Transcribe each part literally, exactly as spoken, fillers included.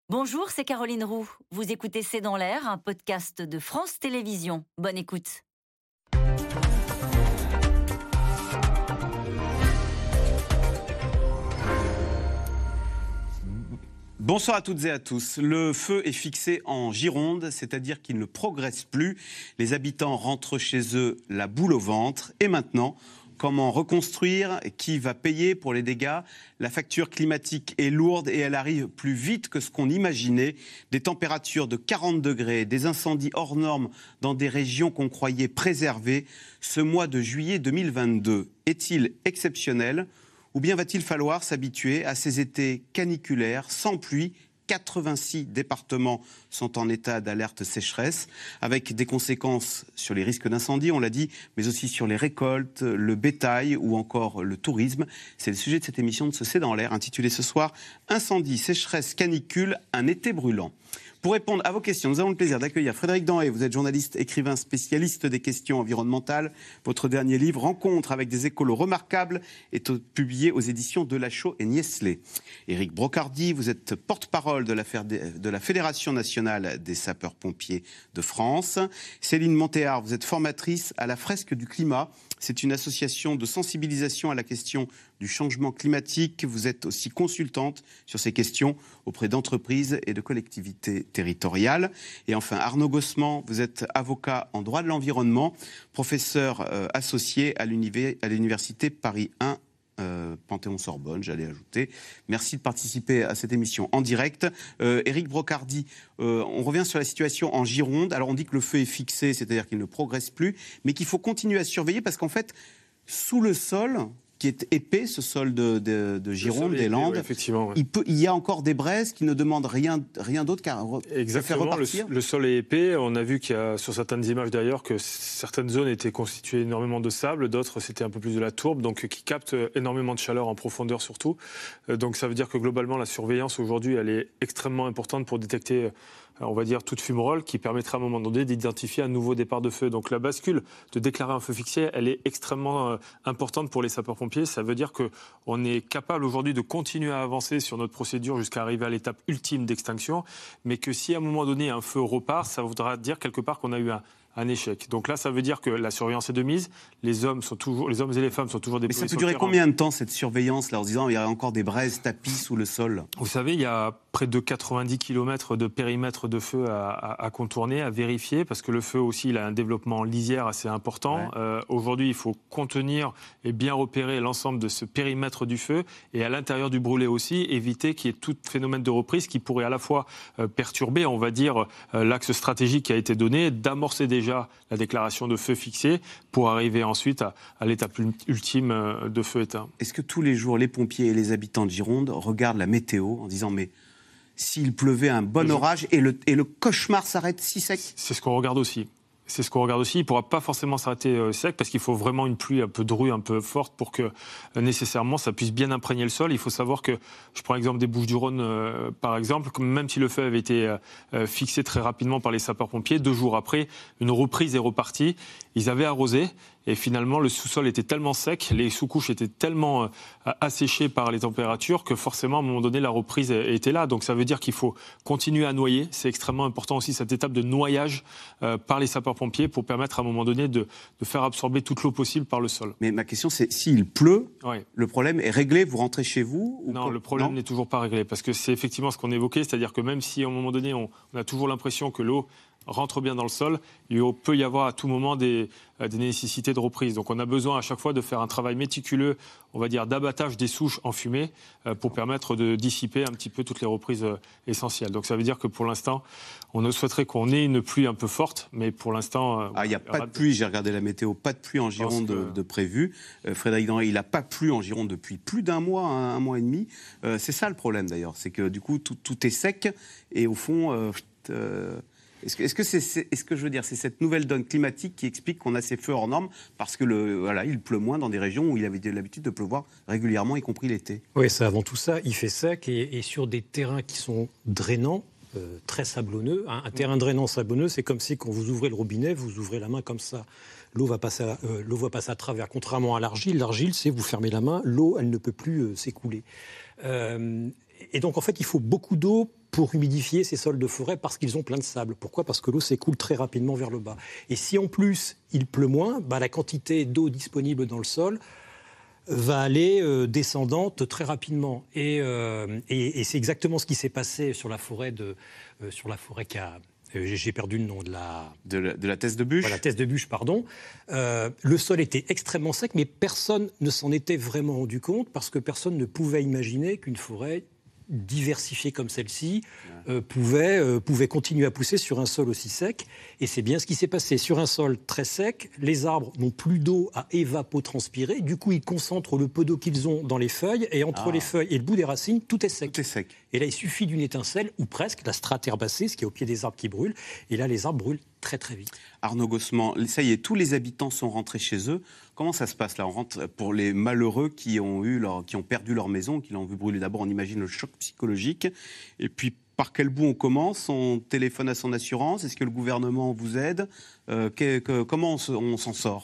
Bonjour, c'est Caroline Roux. Vous écoutez C'est dans l'air, un podcast de France Télévisions. Bonne écoute. Bonsoir à toutes et à tous. Le feu est fixé en Gironde, c'est-à-dire qu'il ne progresse plus. Les habitants rentrent chez eux la boule au ventre. Et maintenant, comment reconstruire? Qui va payer pour les dégâts? La facture climatique est lourde et elle arrive plus vite que ce qu'on imaginait. Des températures de quarante degrés, des incendies hors normes dans des régions qu'on croyait préservées. Ce mois de juillet deux mille vingt-deux est-il exceptionnel? Ou bien va-t-il falloir s'habituer à ces étés caniculaires, sans pluie? quatre-vingt-six départements sont en état d'alerte sécheresse, avec des conséquences sur les risques d'incendie, on l'a dit, mais aussi sur les récoltes, le bétail ou encore le tourisme. C'est le sujet de cette émission de ce C'est dans l'air, intitulée ce soir « Incendie, sécheresse, canicule, un été brûlant ». Pour répondre à vos questions, nous avons le plaisir d'accueillir Frédéric Denhaye. Vous êtes journaliste, écrivain, spécialiste des questions environnementales. Votre dernier livre, Rencontre avec des écolos remarquables, est publié aux éditions Delachaux et Niestlé. Éric Brocardi, vous êtes porte-parole de la, de la Fédération nationale des sapeurs-pompiers de France. Céline Montéard, vous êtes formatrice à la Fresque du climat. C'est une association de sensibilisation à la question du changement climatique. Vous êtes aussi consultante sur ces questions auprès d'entreprises et de collectivités territoriales. Et enfin, Arnaud Gossement, vous êtes avocat en droit de l'environnement, professeur euh, associé à l'université Paris un, euh, Panthéon-Sorbonne, j'allais ajouter. Merci de participer à cette émission en direct. Euh, Éric Brocardi, euh, on revient sur la situation en Gironde. Alors on dit que le feu est fixé, c'est-à-dire qu'il ne progresse plus, mais qu'il faut continuer à surveiller parce qu'en fait, sous le sol, qui est épais, ce sol de, de, de Gironde, des Landes, oui, effectivement, ouais. il, peut, il y a encore des braises qui ne demandent rien, rien d'autre qu'à re, faire repartir. Le, le sol est épais. On a vu qu'il y a, sur certaines images d'ailleurs, que certaines zones étaient constituées énormément de sable, d'autres c'était un peu plus de la tourbe, donc qui captent énormément de chaleur en profondeur surtout. Donc ça veut dire que globalement la surveillance aujourd'hui, elle est extrêmement importante pour détecter, on va dire, toute fumerole qui permettra à un moment donné d'identifier un nouveau départ de feu. Donc la bascule de déclarer un feu fixé, elle est extrêmement euh, importante pour les sapeurs-pompiers. Ça veut dire qu'on est capable aujourd'hui de continuer à avancer sur notre procédure jusqu'à arriver à l'étape ultime d'extinction, mais que si à un moment donné un feu repart, ça voudra dire quelque part qu'on a eu un un échec. Donc là, ça veut dire que la surveillance est de mise. Les hommes sont toujours, les hommes et les femmes sont toujours déployés. Mais ça peut durer combien de temps cette surveillance là, en se disant il y a encore des braises tapis sous le sol? Vous savez, il y a près de quatre-vingt-dix kilomètres de périmètre de feu à, à, à contourner, à vérifier, parce que le feu aussi, il a un développement lisière assez important. Ouais. Euh, aujourd'hui, il faut contenir et bien repérer l'ensemble de ce périmètre du feu, et à l'intérieur du brûlé aussi, éviter qu'il y ait tout phénomène de reprise qui pourrait à la fois euh, perturber, on va dire, euh, l'axe stratégique qui a été donné, d'amorcer déjà la déclaration de feu fixé pour arriver ensuite à, à l'étape ultime de feu éteint. Est-ce que tous les jours, les pompiers et les habitants de Gironde regardent la météo en disant mais s'il pleuvait un bon orage et le, et le cauchemar s'arrête si sec? C'est ce qu'on regarde aussi. C'est ce qu'on regarde aussi. Il ne pourra pas forcément s'arrêter euh, sec parce qu'il faut vraiment une pluie un peu drue, un peu forte pour que euh, nécessairement ça puisse bien imprégner le sol. Il faut savoir que, je prends l'exemple des Bouches-du-Rhône euh, par exemple, même si le feu avait été euh, fixé très rapidement par les sapeurs-pompiers, deux jours après, une reprise est repartie. Ils avaient arrosé. Et finalement, le sous-sol était tellement sec, les sous-couches étaient tellement euh, asséchées par les températures que forcément, à un moment donné, la reprise était là. Donc ça veut dire qu'il faut continuer à noyer. C'est extrêmement important aussi, cette étape de noyage euh, par les sapeurs-pompiers pour permettre à un moment donné de, de faire absorber toute l'eau possible par le sol. Mais ma question, c'est s'il pleut, ouais. le problème est réglé, vous rentrez chez vous ou Non, le problème n'est toujours pas réglé. Parce que c'est effectivement ce qu'on évoquait, c'est-à-dire que même si à un moment donné, on, on a toujours l'impression que l'eau rentre bien dans le sol, il peut y avoir à tout moment des, des nécessités de reprise. Donc on a besoin à chaque fois de faire un travail méticuleux, on va dire d'abattage des souches en fumée pour permettre de dissiper un petit peu toutes les reprises essentielles. Donc ça veut dire que pour l'instant, on souhaiterait qu'on ait une pluie un peu forte, mais pour l'instant... Ah, il n'y a pas de pluie, j'ai regardé la météo, pas de pluie en Gironde que... de, de prévu. Euh, Frédéric Denhaye, il n'a pas plu en Gironde depuis plus d'un mois, un, un mois et demi. Euh, c'est ça le problème d'ailleurs, c'est que du coup tout, tout est sec et au fond... Euh, euh, Est-ce que, est-ce que, c'est, c'est, est-ce que je veux dire, c'est cette nouvelle donne climatique qui explique qu'on a ces feux hors normes parce que le, voilà, il pleut moins dans des régions où il avait l'habitude de pleuvoir régulièrement, y compris l'été? Oui, c'est avant tout ça. Il fait sec et, et sur des terrains qui sont drainants, euh, très sablonneux. Un, un terrain drainant sablonneux, c'est comme si quand vous ouvrez le robinet, vous ouvrez la main comme ça. L'eau va passer à, euh, l'eau va passer à travers. Contrairement à l'argile, l'argile, c'est vous fermez la main, l'eau, elle ne peut plus euh, s'écouler. Euh, et donc, en fait, il faut beaucoup d'eau pour humidifier ces sols de forêt parce qu'ils ont plein de sable. Pourquoi ? Parce que l'eau s'écoule très rapidement vers le bas. Et si en plus il pleut moins, bah, la quantité d'eau disponible dans le sol va aller euh, descendante très rapidement. Et, euh, et, et c'est exactement ce qui s'est passé sur la forêt, de, euh, sur la forêt qui a... Euh, j'ai perdu le nom de la... De la, de la Thèse de Buch. Voilà, Thèse de Buch, pardon. Euh, le sol était extrêmement sec, mais personne ne s'en était vraiment rendu compte parce que personne ne pouvait imaginer qu'une forêt diversifiée comme celle-ci euh, pouvait, euh, pouvait continuer à pousser sur un sol aussi sec. Et c'est bien ce qui s'est passé. Sur un sol très sec, les arbres n'ont plus d'eau à évapotranspirer. Du coup, ils concentrent le peu d'eau qu'ils ont dans les feuilles. Et entre ah. les feuilles et le bout des racines, tout est sec. Tout est sec. Et là, il suffit d'une étincelle, ou presque, la strate herbacée, ce qui est au pied des arbres qui brûle. Et là, les arbres brûlent très très vite. Arnaud Gossement, ça y est, tous les habitants sont rentrés chez eux. Comment ça se passe là ? On rentre pour les malheureux qui ont, eu leur, qui ont perdu leur maison, qui l'ont vu brûler. D'abord, on imagine le choc psychologique. Et puis, par quel bout on commence ? On téléphone à son assurance ? Est-ce que le gouvernement vous aide ? euh, que, que, Comment on, se, on s'en sort ?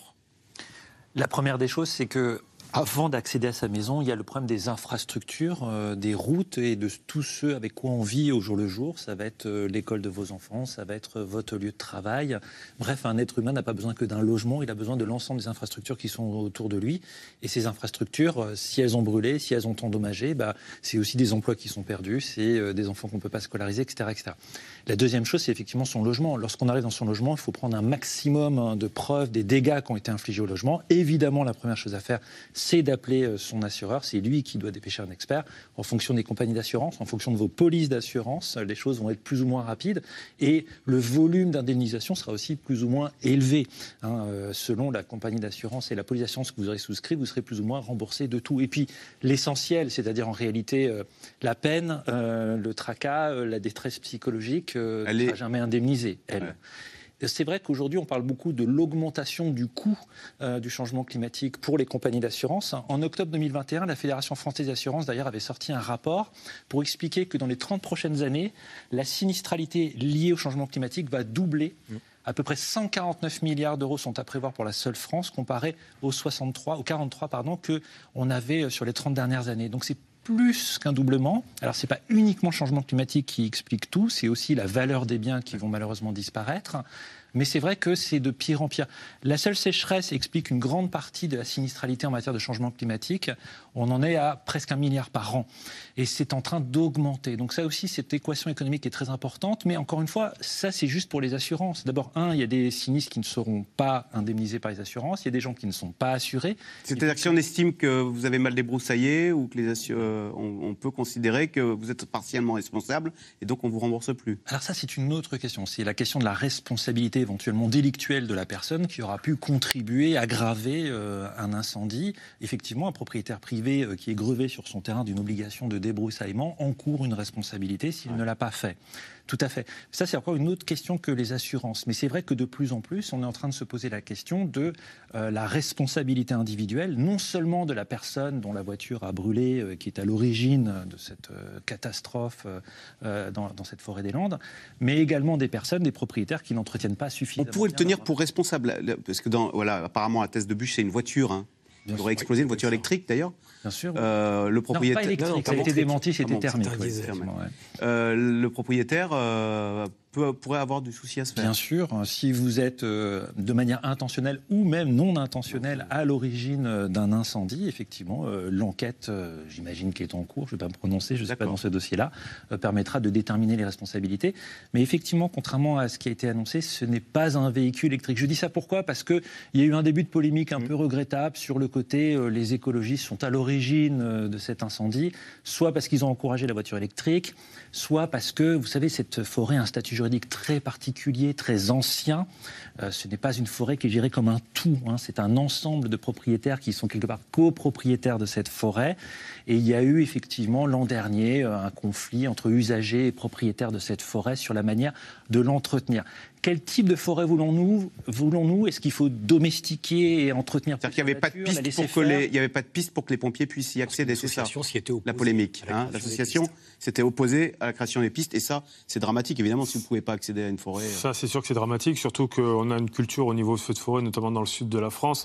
La première des choses, c'est que avant d'accéder à sa maison, il y a le problème des infrastructures, euh, des routes et de tous ceux avec quoi on vit au jour le jour. Ça va être euh, l'école de vos enfants, ça va être votre lieu de travail. Bref, un être humain n'a pas besoin que d'un logement, il a besoin de l'ensemble des infrastructures qui sont autour de lui. Et ces infrastructures, euh, si elles ont brûlé, si elles ont endommagé, bah, c'est aussi des emplois qui sont perdus, c'est euh, des enfants qu'on ne peut pas scolariser, et cetera, et cetera. La deuxième chose, c'est effectivement son logement. Lorsqu'on arrive dans son logement, il faut prendre un maximum de preuves des dégâts qui ont été infligés au logement. Évidemment, la première chose à faire, c'est d'appeler son assureur. C'est lui qui doit dépêcher un expert. En fonction des compagnies d'assurance, en fonction de vos polices d'assurance, les choses vont être plus ou moins rapides. Et le volume d'indemnisation sera aussi plus ou moins élevé. Hein, euh, selon la compagnie d'assurance et la police d'assurance que vous aurez souscrit, vous serez plus ou moins remboursé de tout. Et puis, l'essentiel, c'est-à-dire en réalité euh, la peine, euh, le tracas, euh, la détresse psychologique, euh, ne sera est... jamais indemnisée, elle. Ouais. C'est vrai qu'aujourd'hui, on parle beaucoup de l'augmentation du coût euh, du changement climatique pour les compagnies d'assurance. En octobre deux mille vingt et un, la Fédération française d'assurance, d'ailleurs, avait sorti un rapport pour expliquer que dans les trente prochaines années, la sinistralité liée au changement climatique va doubler. Mmh. À peu près cent quarante-neuf milliards d'euros sont à prévoir pour la seule France, comparé aux soixante-trois, aux quarante-trois pardon, qu'on avait sur les trente dernières années. Donc c'est plus qu'un doublement. Alors, ce n'est pas uniquement le changement climatique qui explique tout, c'est aussi la valeur des biens qui vont malheureusement disparaître. Mais c'est vrai que c'est de pire en pire. La seule sécheresse explique une grande partie de la sinistralité en matière de changement climatique. On en est à presque un milliard par an. Et c'est en train d'augmenter. Donc ça aussi, cette équation économique est très importante. Mais encore une fois, ça, c'est juste pour les assurances. D'abord, un, il y a des sinistres qui ne seront pas indemnisés par les assurances. Il y a des gens qui ne sont pas assurés. C'est-à-dire que si on estime que vous avez mal débroussaillé ou que les assureurs, on, on peut considérer que vous êtes partiellement responsable et donc on ne vous rembourse plus. Alors ça, c'est une autre question. C'est la question de la responsabilité éventuellement délictuelle de la personne qui aura pu contribuer, aggraver euh, un incendie. Effectivement, un propriétaire privé euh, qui est grevé sur son terrain d'une obligation de débroussaillement encourt une responsabilité s'il ouais. ne l'a pas fait. Tout à fait. Ça, c'est encore une autre question que les assurances. Mais c'est vrai que de plus en plus, on est en train de se poser la question de euh, la responsabilité individuelle, non seulement de la personne dont la voiture a brûlé, euh, qui est à l'origine de cette euh, catastrophe euh, dans, dans cette forêt des Landes, mais également des personnes, des propriétaires qui n'entretiennent pas suffisamment. On pourrait le tenir pour responsable, parce que dans, voilà, apparemment, la Thèse de Buch, c'est une voiture. Hein. Il aurait explosé, une voiture électrique d'ailleurs. Bien sûr. Euh, le propriétaire. Non, pas électrique, non, non, ça a été démenti, c'était thermique. Ouais, ouais. euh, le propriétaire euh, peut, pourrait avoir du souci à se faire. Bien sûr, si vous êtes euh, de manière intentionnelle ou même non intentionnelle à l'origine d'un incendie, effectivement, euh, l'enquête, euh, j'imagine qu'elle est en cours, je ne vais pas me prononcer, je ne suis pas dans ce dossier-là, euh, permettra de déterminer les responsabilités. Mais effectivement, contrairement à ce qui a été annoncé, ce n'est pas un véhicule électrique. Je dis ça pourquoi ? Parce qu'il y a eu un début de polémique un mmh. peu regrettable sur le côté euh, les écologistes sont à l'origine de cet incendie, soit parce qu'ils ont encouragé la voiture électrique, soit parce que, vous savez, cette forêt a un statut juridique très particulier, très ancien. Euh, ce n'est pas une forêt qui est gérée comme un tout, hein. C'est un ensemble de propriétaires qui sont quelque part copropriétaires de cette forêt. Et il y a eu effectivement l'an dernier un conflit entre usagers et propriétaires de cette forêt sur la manière de l'entretenir. Quel type de forêt voulons-nous, voulons-nous ? Est-ce qu'il faut domestiquer et entretenir ? C'est-à-dire qu'il n'y avait pas de piste pour que les, il y avait pas de piste pour que les pompiers puissent y accéder, c'est ça. La polémique, hein, l'association s'était opposée à la création des pistes, et ça, c'est dramatique évidemment si vous ne pouvez pas accéder à une forêt. Ça, c'est sûr que c'est dramatique, surtout qu'on a une culture au niveau de feux de forêt, notamment dans le sud de la France,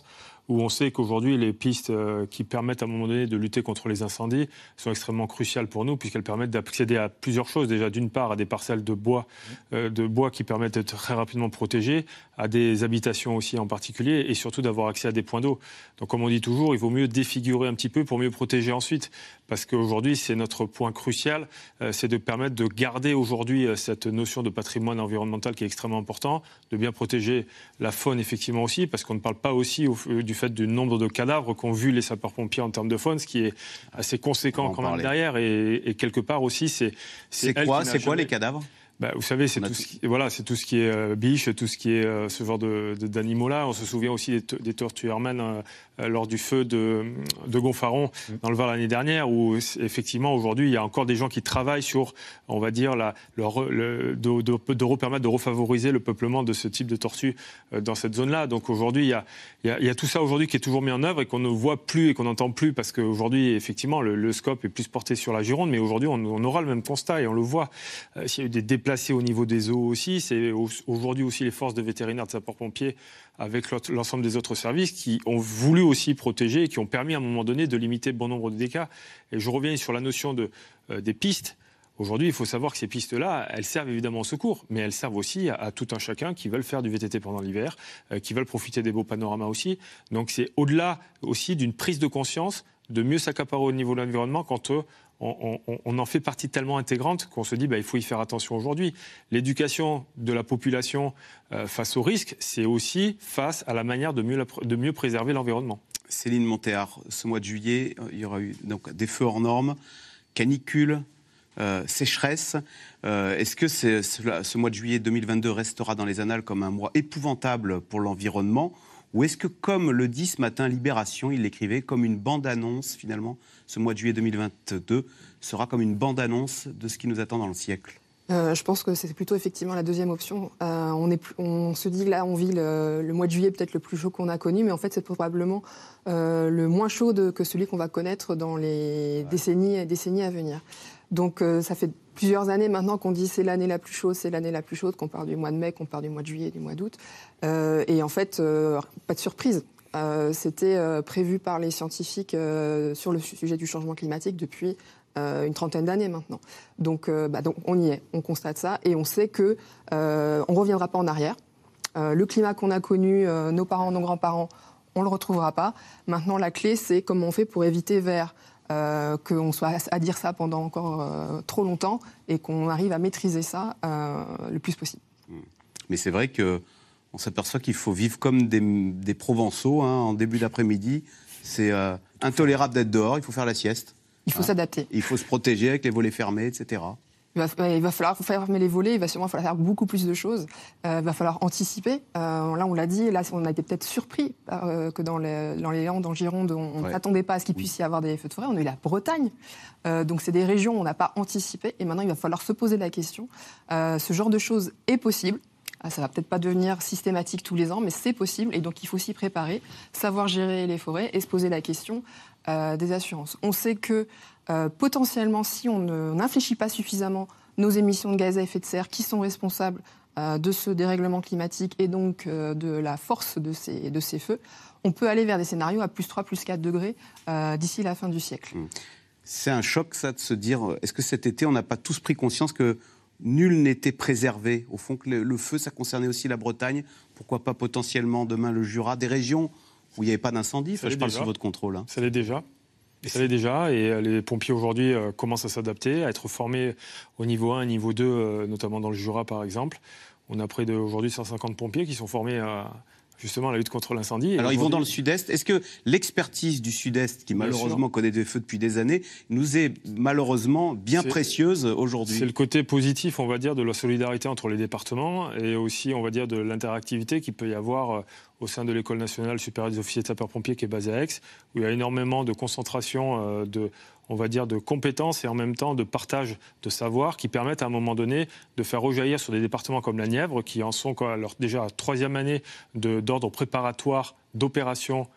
où on sait qu'aujourd'hui, les pistes euh, qui permettent à un moment donné de lutter contre les incendies sont extrêmement cruciales pour nous, puisqu'elles permettent d'accéder à plusieurs choses. Déjà, d'une part, à des parcelles de bois, euh, de bois qui permettent d'être très rapidement protégées, à des habitations aussi en particulier, et surtout d'avoir accès à des points d'eau. Donc, comme on dit toujours, il vaut mieux défigurer un petit peu pour mieux protéger ensuite. Parce qu'aujourd'hui, c'est notre point crucial, euh, c'est de permettre de garder aujourd'hui euh, cette notion de patrimoine environnemental qui est extrêmement important, de bien protéger la faune effectivement aussi, parce qu'on ne parle pas aussi au, du fait du nombre de cadavres qu'ont vu les sapeurs-pompiers en termes de faune, ce qui est assez conséquent quand même derrière, et, et quelque part aussi, c'est... C'est, c'est quoi, c'est quoi jamais... les cadavres? Bah, vous savez, c'est tout, ce qui, voilà, c'est tout ce qui est euh, biche, tout ce qui est euh, ce genre de, de, d'animaux-là. On se souvient aussi des, t- des tortues hermènes euh, euh, lors du feu de, de Gonfaron mmh. dans le Var l'année dernière, où effectivement aujourd'hui il y a encore des gens qui travaillent sur, on va dire, la, le, le, de, de, de repermettre de refavoriser le peuplement de ce type de tortues euh, dans cette zone-là. Donc aujourd'hui il y a, il y a, il y a tout ça aujourd'hui qui est toujours mis en œuvre et qu'on ne voit plus et qu'on n'entend plus, parce qu'aujourd'hui effectivement le, le scope est plus porté sur la Gironde, mais aujourd'hui on, on aura le même constat et on le voit. Euh, s'il y a eu des déplacés au niveau des eaux aussi, c'est aujourd'hui aussi les forces de vétérinaires de sapeurs-pompiers avec l'ensemble des autres services qui ont voulu aussi protéger et qui ont permis à un moment donné de limiter bon nombre de dégâts. Et je reviens sur la notion de, euh, des pistes. Aujourd'hui, il faut savoir que ces pistes-là, elles servent évidemment au secours, mais elles servent aussi à, à tout un chacun qui veulent faire du V T T pendant l'hiver, euh, qui veulent profiter des beaux panoramas aussi. Donc c'est au-delà aussi d'une prise de conscience de mieux s'accaparer au niveau de l'environnement quand euh, On, on, on en fait partie tellement intégrante qu'on se dit bah, il faut y faire attention aujourd'hui. L'éducation de la population euh, face aux risques, c'est aussi face à la manière de mieux, la, de mieux préserver l'environnement. Céline Montéard, ce mois de juillet, il y aura eu donc, des feux hors normes, canicules, euh, sécheresse. Euh, est-ce que c'est, ce mois de juillet deux mille vingt-deux restera dans les annales comme un mois épouvantable pour l'environnement ? Ou est-ce que, comme le dit ce matin Libération, il l'écrivait, comme une bande-annonce, finalement, ce mois de juillet deux mille vingt-deux sera comme une bande-annonce de ce qui nous attend dans le siècle ? euh, Je pense que c'est plutôt effectivement la deuxième option. Euh, on, est, on se dit que là, on vit le, le mois de juillet peut-être le plus chaud qu'on a connu, mais en fait, c'est probablement euh, le moins chaud de, que celui qu'on va connaître dans les ouais. décennies, décennies à venir. Donc, euh, ça fait plusieurs années maintenant qu'on dit c'est l'année la plus chaude, c'est l'année la plus chaude, qu'on parle du mois de mai, qu'on parle du mois de juillet, du mois d'août. Euh, et en fait, euh, pas de surprise. Euh, c'était euh, prévu par les scientifiques euh, sur le sujet du changement climatique depuis euh, une trentaine d'années maintenant. Donc, euh, bah, donc, on y est, on constate ça et on sait qu'on euh, ne reviendra pas en arrière. Euh, le climat qu'on a connu, euh, nos parents, nos grands-parents, on ne le retrouvera pas. Maintenant, la clé, c'est comment on fait pour éviter vers... Euh, qu'on soit à dire ça pendant encore euh, trop longtemps et qu'on arrive à maîtriser ça euh, le plus possible. Mais c'est vrai qu'on s'aperçoit qu'il faut vivre comme des, des Provençaux hein, en début d'après-midi. C'est euh, intolérable d'être dehors, il faut faire la sieste. Il faut hein. s'adapter. Il faut se protéger avec les volets fermés, et cetera. Il va, il va falloir fermer les volets, il va sûrement falloir faire beaucoup plus de choses. Euh, il va falloir anticiper. Euh, là, on l'a dit, là, on a été peut-être surpris euh, que dans les, dans les Landes, en Gironde, on ne s'attendait ouais. pas à ce qu'il puisse y avoir des feux de forêt. On a eu la Bretagne. Euh, donc, c'est des régions où on n'a pas anticipé. Et maintenant, il va falloir se poser la question. Euh, ce genre de choses est possible. Ça ne va peut-être pas devenir systématique tous les ans, mais c'est possible. Et donc, il faut s'y préparer, savoir gérer les forêts et se poser la question euh, des assurances. On sait que Euh, potentiellement, si on n'infléchit pas suffisamment nos émissions de gaz à effet de serre qui sont responsables euh, de ce dérèglement climatique et donc euh, de la force de ces, de ces feux, on peut aller vers des scénarios à plus trois, plus quatre degrés euh, d'ici la fin du siècle. C'est un choc, ça, de se dire, est-ce que cet été, on n'a pas tous pris conscience que nul n'était préservé ? Au fond, que le, le feu, ça concernait aussi la Bretagne. Pourquoi pas potentiellement demain le Jura ? Des régions où il n'y avait pas d'incendie. Enfin, je parle déjà. Sous votre contrôle. Hein. Ça l'est déjà. Ça l'est déjà, et les pompiers aujourd'hui euh, commencent à s'adapter, à être formés au niveau un et niveau deux, euh, notamment dans le Jura par exemple. On a près d'aujourd'hui cent cinquante pompiers qui sont formés à, justement à la lutte contre l'incendie. Alors ils vont dans le sud-est. Est-ce que l'expertise du sud-est, qui malheureusement connaît des feux depuis des années, nous est malheureusement bien c'est, précieuse aujourd'hui ? C'est le côté positif, on va dire, de la solidarité entre les départements et aussi, on va dire, de l'interactivité qu'il peut y avoir au sein de l'École nationale supérieure des officiers de sapeurs-pompiers qui est basée à Aix, où il y a énormément de concentration de, on va dire, de compétences et en même temps de partage de savoir qui permettent à un moment donné de faire rejaillir sur des départements comme la Nièvre, qui en sont quoi, alors déjà à troisième année de, d'ordre préparatoire d'opération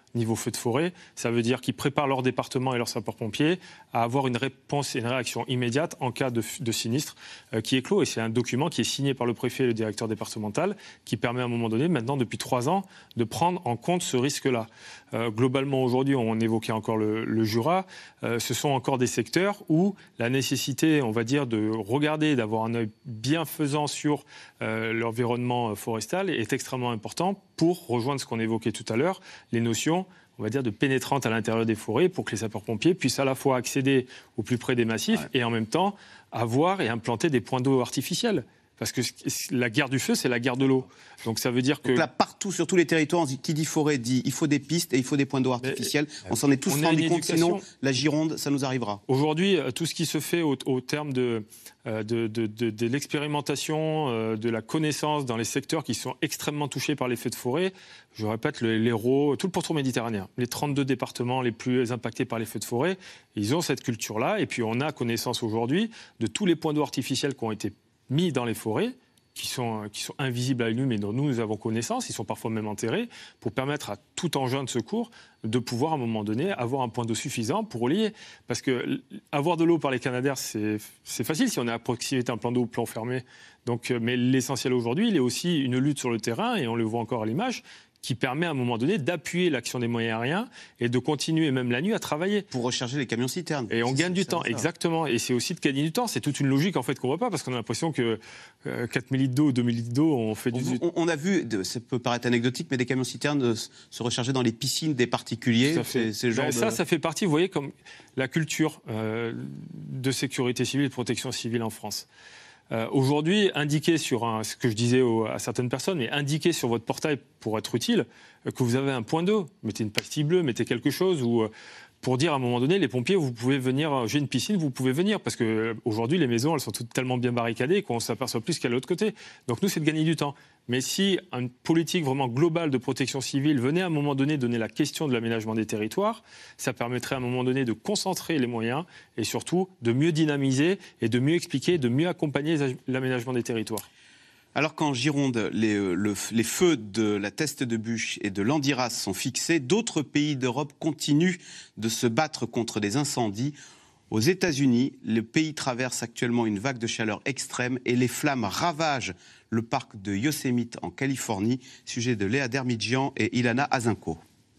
niveau feu de forêt. Ça veut dire qu'ils préparent leur département et leurs sapeurs-pompiers à avoir une réponse et une réaction immédiate en cas de, de sinistre euh, qui est clos. Et c'est un document qui est signé par le préfet et le directeur départemental qui permet à un moment donné, maintenant depuis trois ans, de prendre en compte ce risque-là. Euh, globalement, aujourd'hui, on évoquait encore le, le Jura, euh, ce sont encore des secteurs où la nécessité, on va dire, de regarder, d'avoir un œil bienfaisant sur euh, l'environnement forestal est extrêmement important pour rejoindre ce qu'on évoquait tout à l'heure, les notions, on va dire, de pénétrantes à l'intérieur des forêts pour que les sapeurs-pompiers puissent à la fois accéder au plus près des massifs ouais. et en même temps avoir et implanter des points d'eau artificiels. Parce que la guerre du feu, c'est la guerre de l'eau. Donc ça veut dire que... Donc là, partout, sur tous les territoires, qui dit forêt dit il faut des pistes et il faut des points d'eau artificiels. Mais on s'en est tous rendu compte, sinon la Gironde, ça nous arrivera. Aujourd'hui, tout ce qui se fait au, au terme de, de, de, de, de l'expérimentation, de la connaissance dans les secteurs qui sont extrêmement touchés par les feux de forêt, je répète, l'Hérault, tout le pourtour méditerranéen, les trente-deux départements les plus impactés par les feux de forêt, ils ont cette culture-là. Et puis on a connaissance aujourd'hui de tous les points d'eau artificiels qui ont été mis dans les forêts, qui sont, qui sont invisibles à l'œil nu, mais dont nous, nous avons connaissance, ils sont parfois même enterrés, pour permettre à tout engin de secours de pouvoir, à un moment donné, avoir un point d'eau suffisant pour relier. Parce que avoir de l'eau par les canadaires, c'est, c'est facile si on est à proximité d'un plan d'eau ou plan fermé. Donc, mais l'essentiel aujourd'hui, il est aussi une lutte sur le terrain, et on le voit encore à l'image, qui permet à un moment donné d'appuyer l'action des moyens aériens et de continuer même la nuit à travailler. Pour recharger les camions-citernes. Et on gagne du temps, exactement. Et c'est aussi de gagner du temps. C'est toute une logique en fait qu'on ne voit pas parce qu'on a l'impression que euh, quatre mille litres d'eau ou deux mille litres d'eau, on fait du... On, on a vu, ça peut paraître anecdotique, mais des camions-citernes se recharger dans les piscines des particuliers. Ça, fait, c'est, c'est genre ben, de... ça, ça fait partie, vous voyez, comme la culture euh, de sécurité civile et de protection civile en France. Euh, aujourd'hui, indiquer sur un, ce que je disais au, à certaines personnes, mais indiquer sur votre portail pour être utile euh, que vous avez un point d'eau, mettez une pastille bleue, mettez quelque chose, ou euh, pour dire à un moment donné, les pompiers, vous pouvez venir, j'ai une piscine, vous pouvez venir, parce qu'aujourd'hui, les maisons, elles sont toutes tellement bien barricadées qu'on s'aperçoit plus qu'à l'autre côté. Donc nous, c'est de gagner du temps. Mais si une politique vraiment globale de protection civile venait à un moment donné donner la question de l'aménagement des territoires, ça permettrait à un moment donné de concentrer les moyens et surtout de mieux dynamiser et de mieux expliquer, de mieux accompagner l'aménagement des territoires. Alors qu'en Gironde, les, le, les feux de la Teste de Buch et de l'Andiras sont fixés, d'autres pays d'Europe continuent de se battre contre des incendies. Aux États-Unis, le pays traverse actuellement une vague de chaleur extrême et les flammes ravagent le parc de Yosemite en Californie. Sujet de Léa Dermidjian et Ilana Azinko.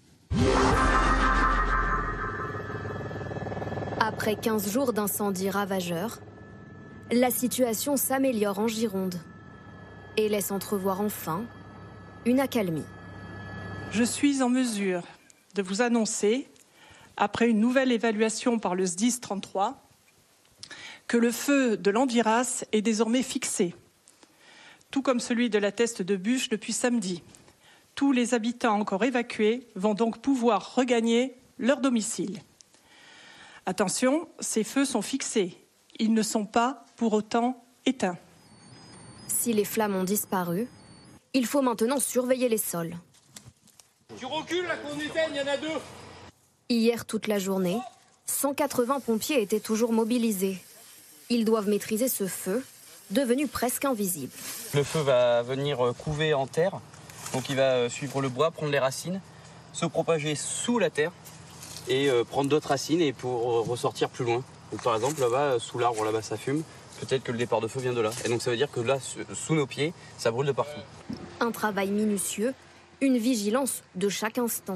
Après quinze jours d'incendies ravageurs, la situation s'améliore en Gironde et laisse entrevoir enfin une accalmie. Je suis en mesure de vous annoncer, après une nouvelle évaluation par le S D I S trente-trois, que le feu de l'Andiras est désormais fixé, tout comme celui de la Teste de Buch depuis samedi. Tous les habitants encore évacués vont donc pouvoir regagner leur domicile. Attention, ces feux sont fixés. Ils ne sont pas pour autant éteints. Si les flammes ont disparu, il faut maintenant surveiller les sols. Tu recules là qu'on éteigne, il y en a deux. Hier, toute la journée, cent quatre-vingts pompiers étaient toujours mobilisés. Ils doivent maîtriser ce feu, devenu presque invisible. Le feu va venir couver en terre, donc il va suivre le bois, prendre les racines, se propager sous la terre et prendre d'autres racines et pour ressortir plus loin. Donc, par exemple, là-bas, sous l'arbre, là-bas, ça fume. Peut-être que le départ de feu vient de là. Et donc ça veut dire que là, sous nos pieds, ça brûle de partout. Un travail minutieux, une vigilance de chaque instant.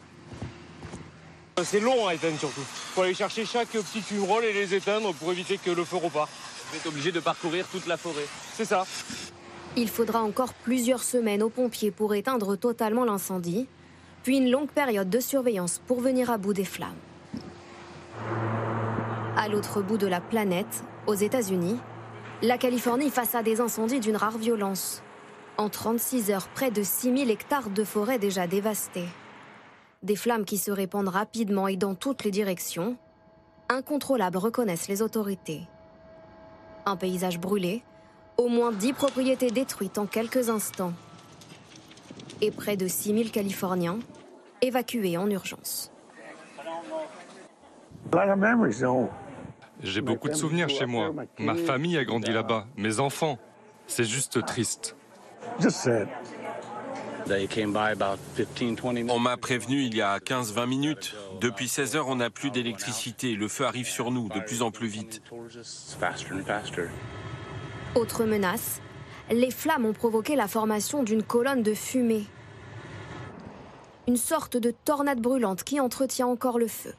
C'est long à éteindre surtout. Il faut aller chercher chaque petit fumerole et les éteindre pour éviter que le feu repart. Vous êtes obligé de parcourir toute la forêt. C'est ça. Il faudra encore plusieurs semaines aux pompiers pour éteindre totalement l'incendie, puis une longue période de surveillance pour venir à bout des flammes. À l'autre bout de la planète, aux États-Unis, la Californie face à des incendies d'une rare violence. En trente-six heures, près de six mille hectares de forêt déjà dévastés. Des flammes qui se répandent rapidement et dans toutes les directions. Incontrôlables reconnaissent les autorités. Un paysage brûlé, au moins dix propriétés détruites en quelques instants. Et près de six mille Californiens évacués en urgence. J'ai beaucoup de souvenirs chez moi. Ma famille a grandi là-bas, mes enfants. C'est juste triste. On m'a prévenu il y a quinze à vingt minutes. Depuis seize heures, on n'a plus d'électricité. Le feu arrive sur nous de plus en plus vite. Autre menace, les flammes ont provoqué la formation d'une colonne de fumée. Une sorte de tornade brûlante qui entretient encore le feu.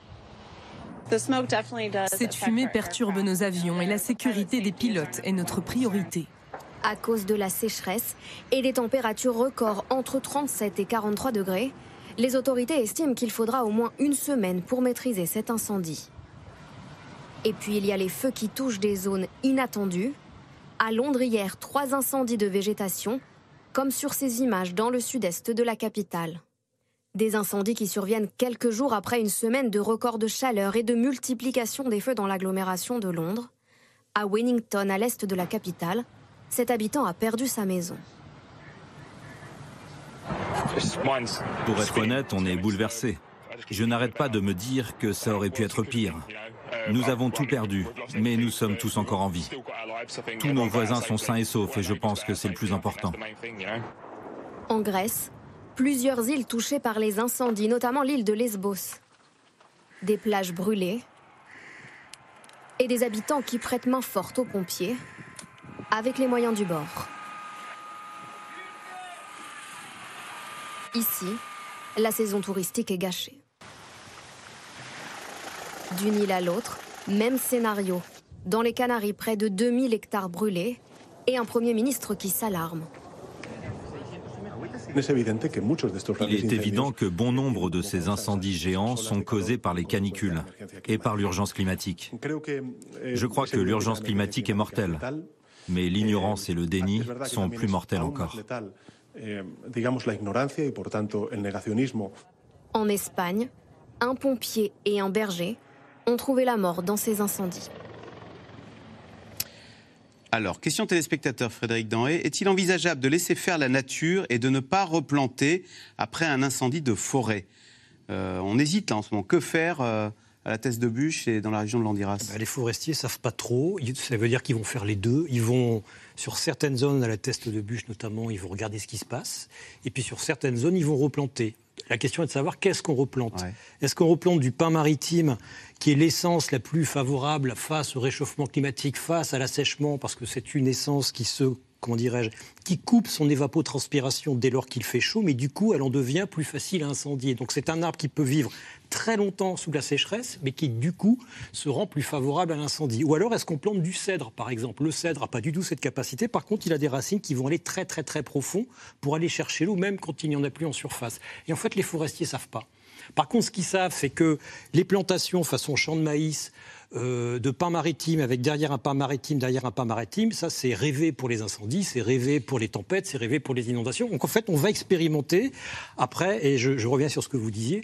Cette fumée perturbe nos avions et la sécurité des pilotes est notre priorité. À cause de la sécheresse et des températures records entre trente-sept et quarante-trois degrés, les autorités estiment qu'il faudra au moins une semaine pour maîtriser cet incendie. Et puis il y a les feux qui touchent des zones inattendues. À Londres hier, trois incendies de végétation, comme sur ces images dans le sud-est de la capitale. Des incendies qui surviennent quelques jours après une semaine de records de chaleur et de multiplication des feux dans l'agglomération de Londres. À Wellington, à l'est de la capitale, cet habitant a perdu sa maison. Pour être honnête, on est bouleversé. Je n'arrête pas de me dire que ça aurait pu être pire. Nous avons tout perdu, mais nous sommes tous encore en vie. Tous nos voisins sont sains et saufs et je pense que c'est le plus important. En Grèce, plusieurs îles touchées par les incendies, notamment l'île de Lesbos. Des plages brûlées et des habitants qui prêtent main forte aux pompiers avec les moyens du bord. Ici, la saison touristique est gâchée. D'une île à l'autre, même scénario. Dans les Canaries, près de deux mille hectares brûlés et un Premier ministre qui s'alarme. Il est évident que bon nombre de ces incendies géants sont causés par les canicules et par l'urgence climatique. Je crois que l'urgence climatique est mortelle, mais l'ignorance et le déni sont plus mortels encore. En Espagne, un pompier et un berger ont trouvé la mort dans ces incendies. Alors, question téléspectateur Frédéric Danhé, est-il envisageable de laisser faire la nature et de ne pas replanter après un incendie de forêt ? euh, On hésite là, en ce moment. Que faire euh, à la Teste de Buch et dans la région de Landiras ? Ben, les forestiers ne savent pas trop. Ça veut dire qu'ils vont faire les deux. Ils vont, sur certaines zones, à la Teste de Buch notamment, ils vont regarder ce qui se passe. Et puis sur certaines zones, ils vont replanter. La question est de savoir qu'est-ce qu'on replante. Ouais. Est-ce qu'on replante du pin maritime, qui est l'essence la plus favorable face au réchauffement climatique, face à l'assèchement, parce que c'est une essence qui se, comment dirais-je, qui coupe son évapotranspiration dès lors qu'il fait chaud, mais du coup, elle en devient plus facile à incendier. Donc c'est un arbre qui peut vivre très longtemps sous la sécheresse, mais qui, du coup, se rend plus favorable à l'incendie. Ou alors, est-ce qu'on plante du cèdre, par exemple ? Le cèdre n'a pas du tout cette capacité. Par contre, il a des racines qui vont aller très, très, très profond pour aller chercher l'eau, même quand il n'y en a plus en surface. Et en fait, les forestiers ne savent pas. Par contre, ce qu'ils savent, c'est que les plantations façon champ de maïs, euh, de pin maritime, avec derrière un pin maritime, derrière un pin maritime, ça, c'est rêvé pour les incendies, c'est rêvé pour les tempêtes, c'est rêvé pour les inondations. Donc, en fait, on va expérimenter. Après, et je, je reviens sur ce que vous disiez,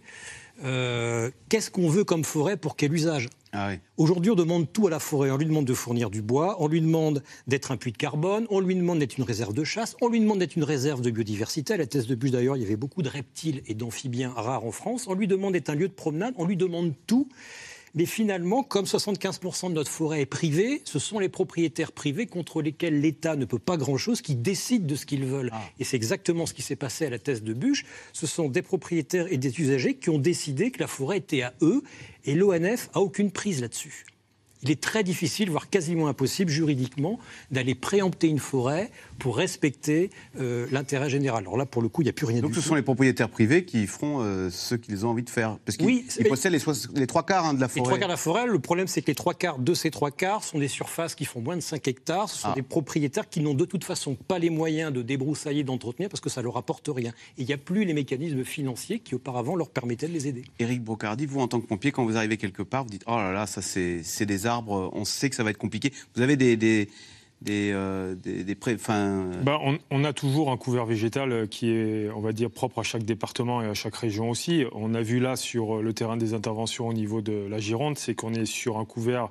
Euh, qu'est-ce qu'on veut comme forêt pour quel usage ? Ah oui. Aujourd'hui, on demande tout à la forêt. On lui demande de fournir du bois, on lui demande d'être un puits de carbone, on lui demande d'être une réserve de chasse, on lui demande d'être une réserve de biodiversité. À la Teste de Buch, d'ailleurs, il y avait beaucoup de reptiles et d'amphibiens rares en France. On lui demande d'être un lieu de promenade, on lui demande tout. Mais finalement, comme soixante-quinze pour cent de notre forêt est privée, ce sont les propriétaires privés contre lesquels l'État ne peut pas grand-chose qui décident de ce qu'ils veulent. Ah. Et c'est exactement ce qui s'est passé à la Teste de Buch. Ce sont des propriétaires et des usagers qui ont décidé que la forêt était à eux et l'O N F n'a aucune prise là-dessus. Il est très difficile, voire quasiment impossible juridiquement, d'aller préempter une forêt pour respecter euh, l'intérêt général. Alors là, pour le coup, il n'y a plus rien. Donc du ce tout. sont les propriétaires privés qui feront euh, ce qu'ils ont envie de faire. Parce qu'ils oui, ils possèdent les, soix- les trois quarts hein, de la forêt. Les trois quarts de la forêt, le problème, c'est que les trois quarts de ces trois quarts sont des surfaces qui font moins de cinq hectares. Ce sont ah. des propriétaires qui n'ont de toute façon pas les moyens de débroussailler, d'entretenir, parce que ça ne leur apporte rien. Et il n'y a plus les mécanismes financiers qui, auparavant, leur permettaient de les aider. Éric Brocardi, vous, en tant que pompier, quand vous arrivez quelque part, vous dites « Oh là là, ça, c'est, c'est des arbres, on sait que ça va être compliqué ». Vous avez des... des Des, euh, des, des pré... enfin... ben, on, on a toujours un couvert végétal qui est, on va dire, propre à chaque département et à chaque région aussi. On a vu là sur le terrain des interventions au niveau de la Gironde, c'est qu'on est sur un couvert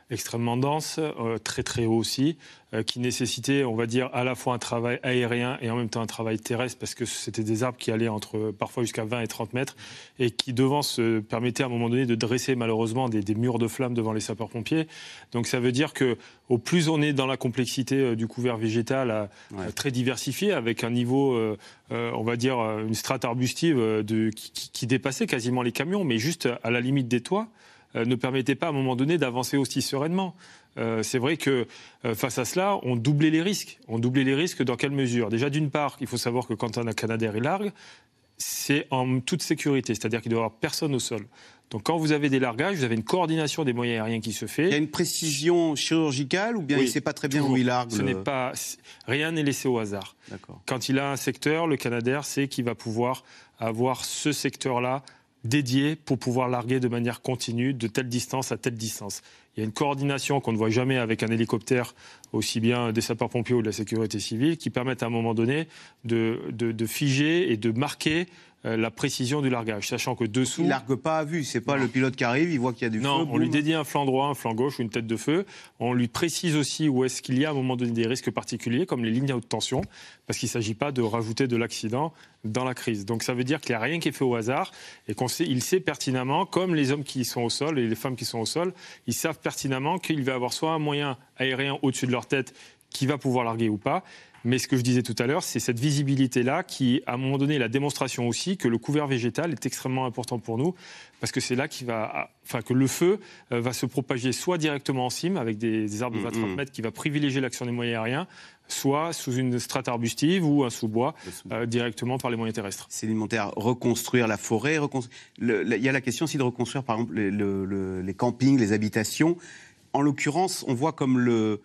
extrêmement denses, euh, très très hauts aussi, euh, qui nécessitaient, on va dire, à la fois un travail aérien et en même temps un travail terrestre, parce que c'était des arbres qui allaient entre parfois jusqu'à vingt et trente mètres, et qui devant se permettaient à un moment donné de dresser malheureusement des, des murs de flammes devant les sapeurs-pompiers. Donc ça veut dire que au plus on est dans la complexité euh, du couvert végétal euh, ouais. très diversifié, avec un niveau, euh, euh, on va dire, une strate arbustive euh, de, qui, qui dépassait quasiment les camions, mais juste à la limite des toits, euh, ne permettait pas à un moment donné d'avancer aussi sereinement. Euh, c'est vrai que euh, face à cela, on doublait les risques. On doublait les risques dans quelle mesure ? Déjà, d'une part, il faut savoir que quand un Canadair est largue, c'est en toute sécurité, c'est-à-dire qu'il doit y avoir personne au sol. Donc quand vous avez des largages, vous avez une coordination des moyens aériens qui se fait. Il y a une précision chirurgicale ou bien oui, il ne sait pas très bien toujours. Où il largue Ce le... n'est pas, rien n'est laissé au hasard. D'accord. Quand il a un secteur, le Canadair sait qu'il va pouvoir avoir ce secteur-là dédié pour pouvoir larguer de manière continue de telle distance à telle distance. Il y a une coordination qu'on ne voit jamais avec un hélicoptère, aussi bien des sapeurs-pompiers ou de la sécurité civile, qui permettent à un moment donné de, de, de figer et de marquer la précision du largage, sachant que dessous... Il ne largue pas à vue, c'est pas non. le pilote qui arrive, il voit qu'il y a du non, feu. Non, on lui dédie un flanc droit, un flanc gauche ou une tête de feu. On lui précise aussi où est-ce qu'il y a à un moment donné des risques particuliers, comme les lignes à haute tension, parce qu'il ne s'agit pas de rajouter de l'accident dans la crise. Donc ça veut dire qu'il n'y a rien qui est fait au hasard et qu'on sait, il sait pertinemment, comme les hommes qui sont au sol et les femmes qui sont au sol, ils savent pertinemment qu'il va y avoir soit un moyen aérien au-dessus de leur tête qui va pouvoir larguer ou pas. Mais ce que je disais tout à l'heure, c'est cette visibilité-là qui, à un moment donné, est la démonstration aussi que le couvert végétal est extrêmement important pour nous, parce que c'est là qu'il va, enfin, que le feu va se propager soit directement en cime, avec des, des arbres de vingt à trente mètres qui va privilégier l'action des moyens aériens, soit sous une strate arbustive ou un sous-bois, euh, directement par les moyens terrestres. Céline Monteil, reconstruire la forêt, reconstru... le, le, il y a la question aussi de reconstruire, par exemple, les, le, le, les campings, les habitations. En l'occurrence, on voit comme le...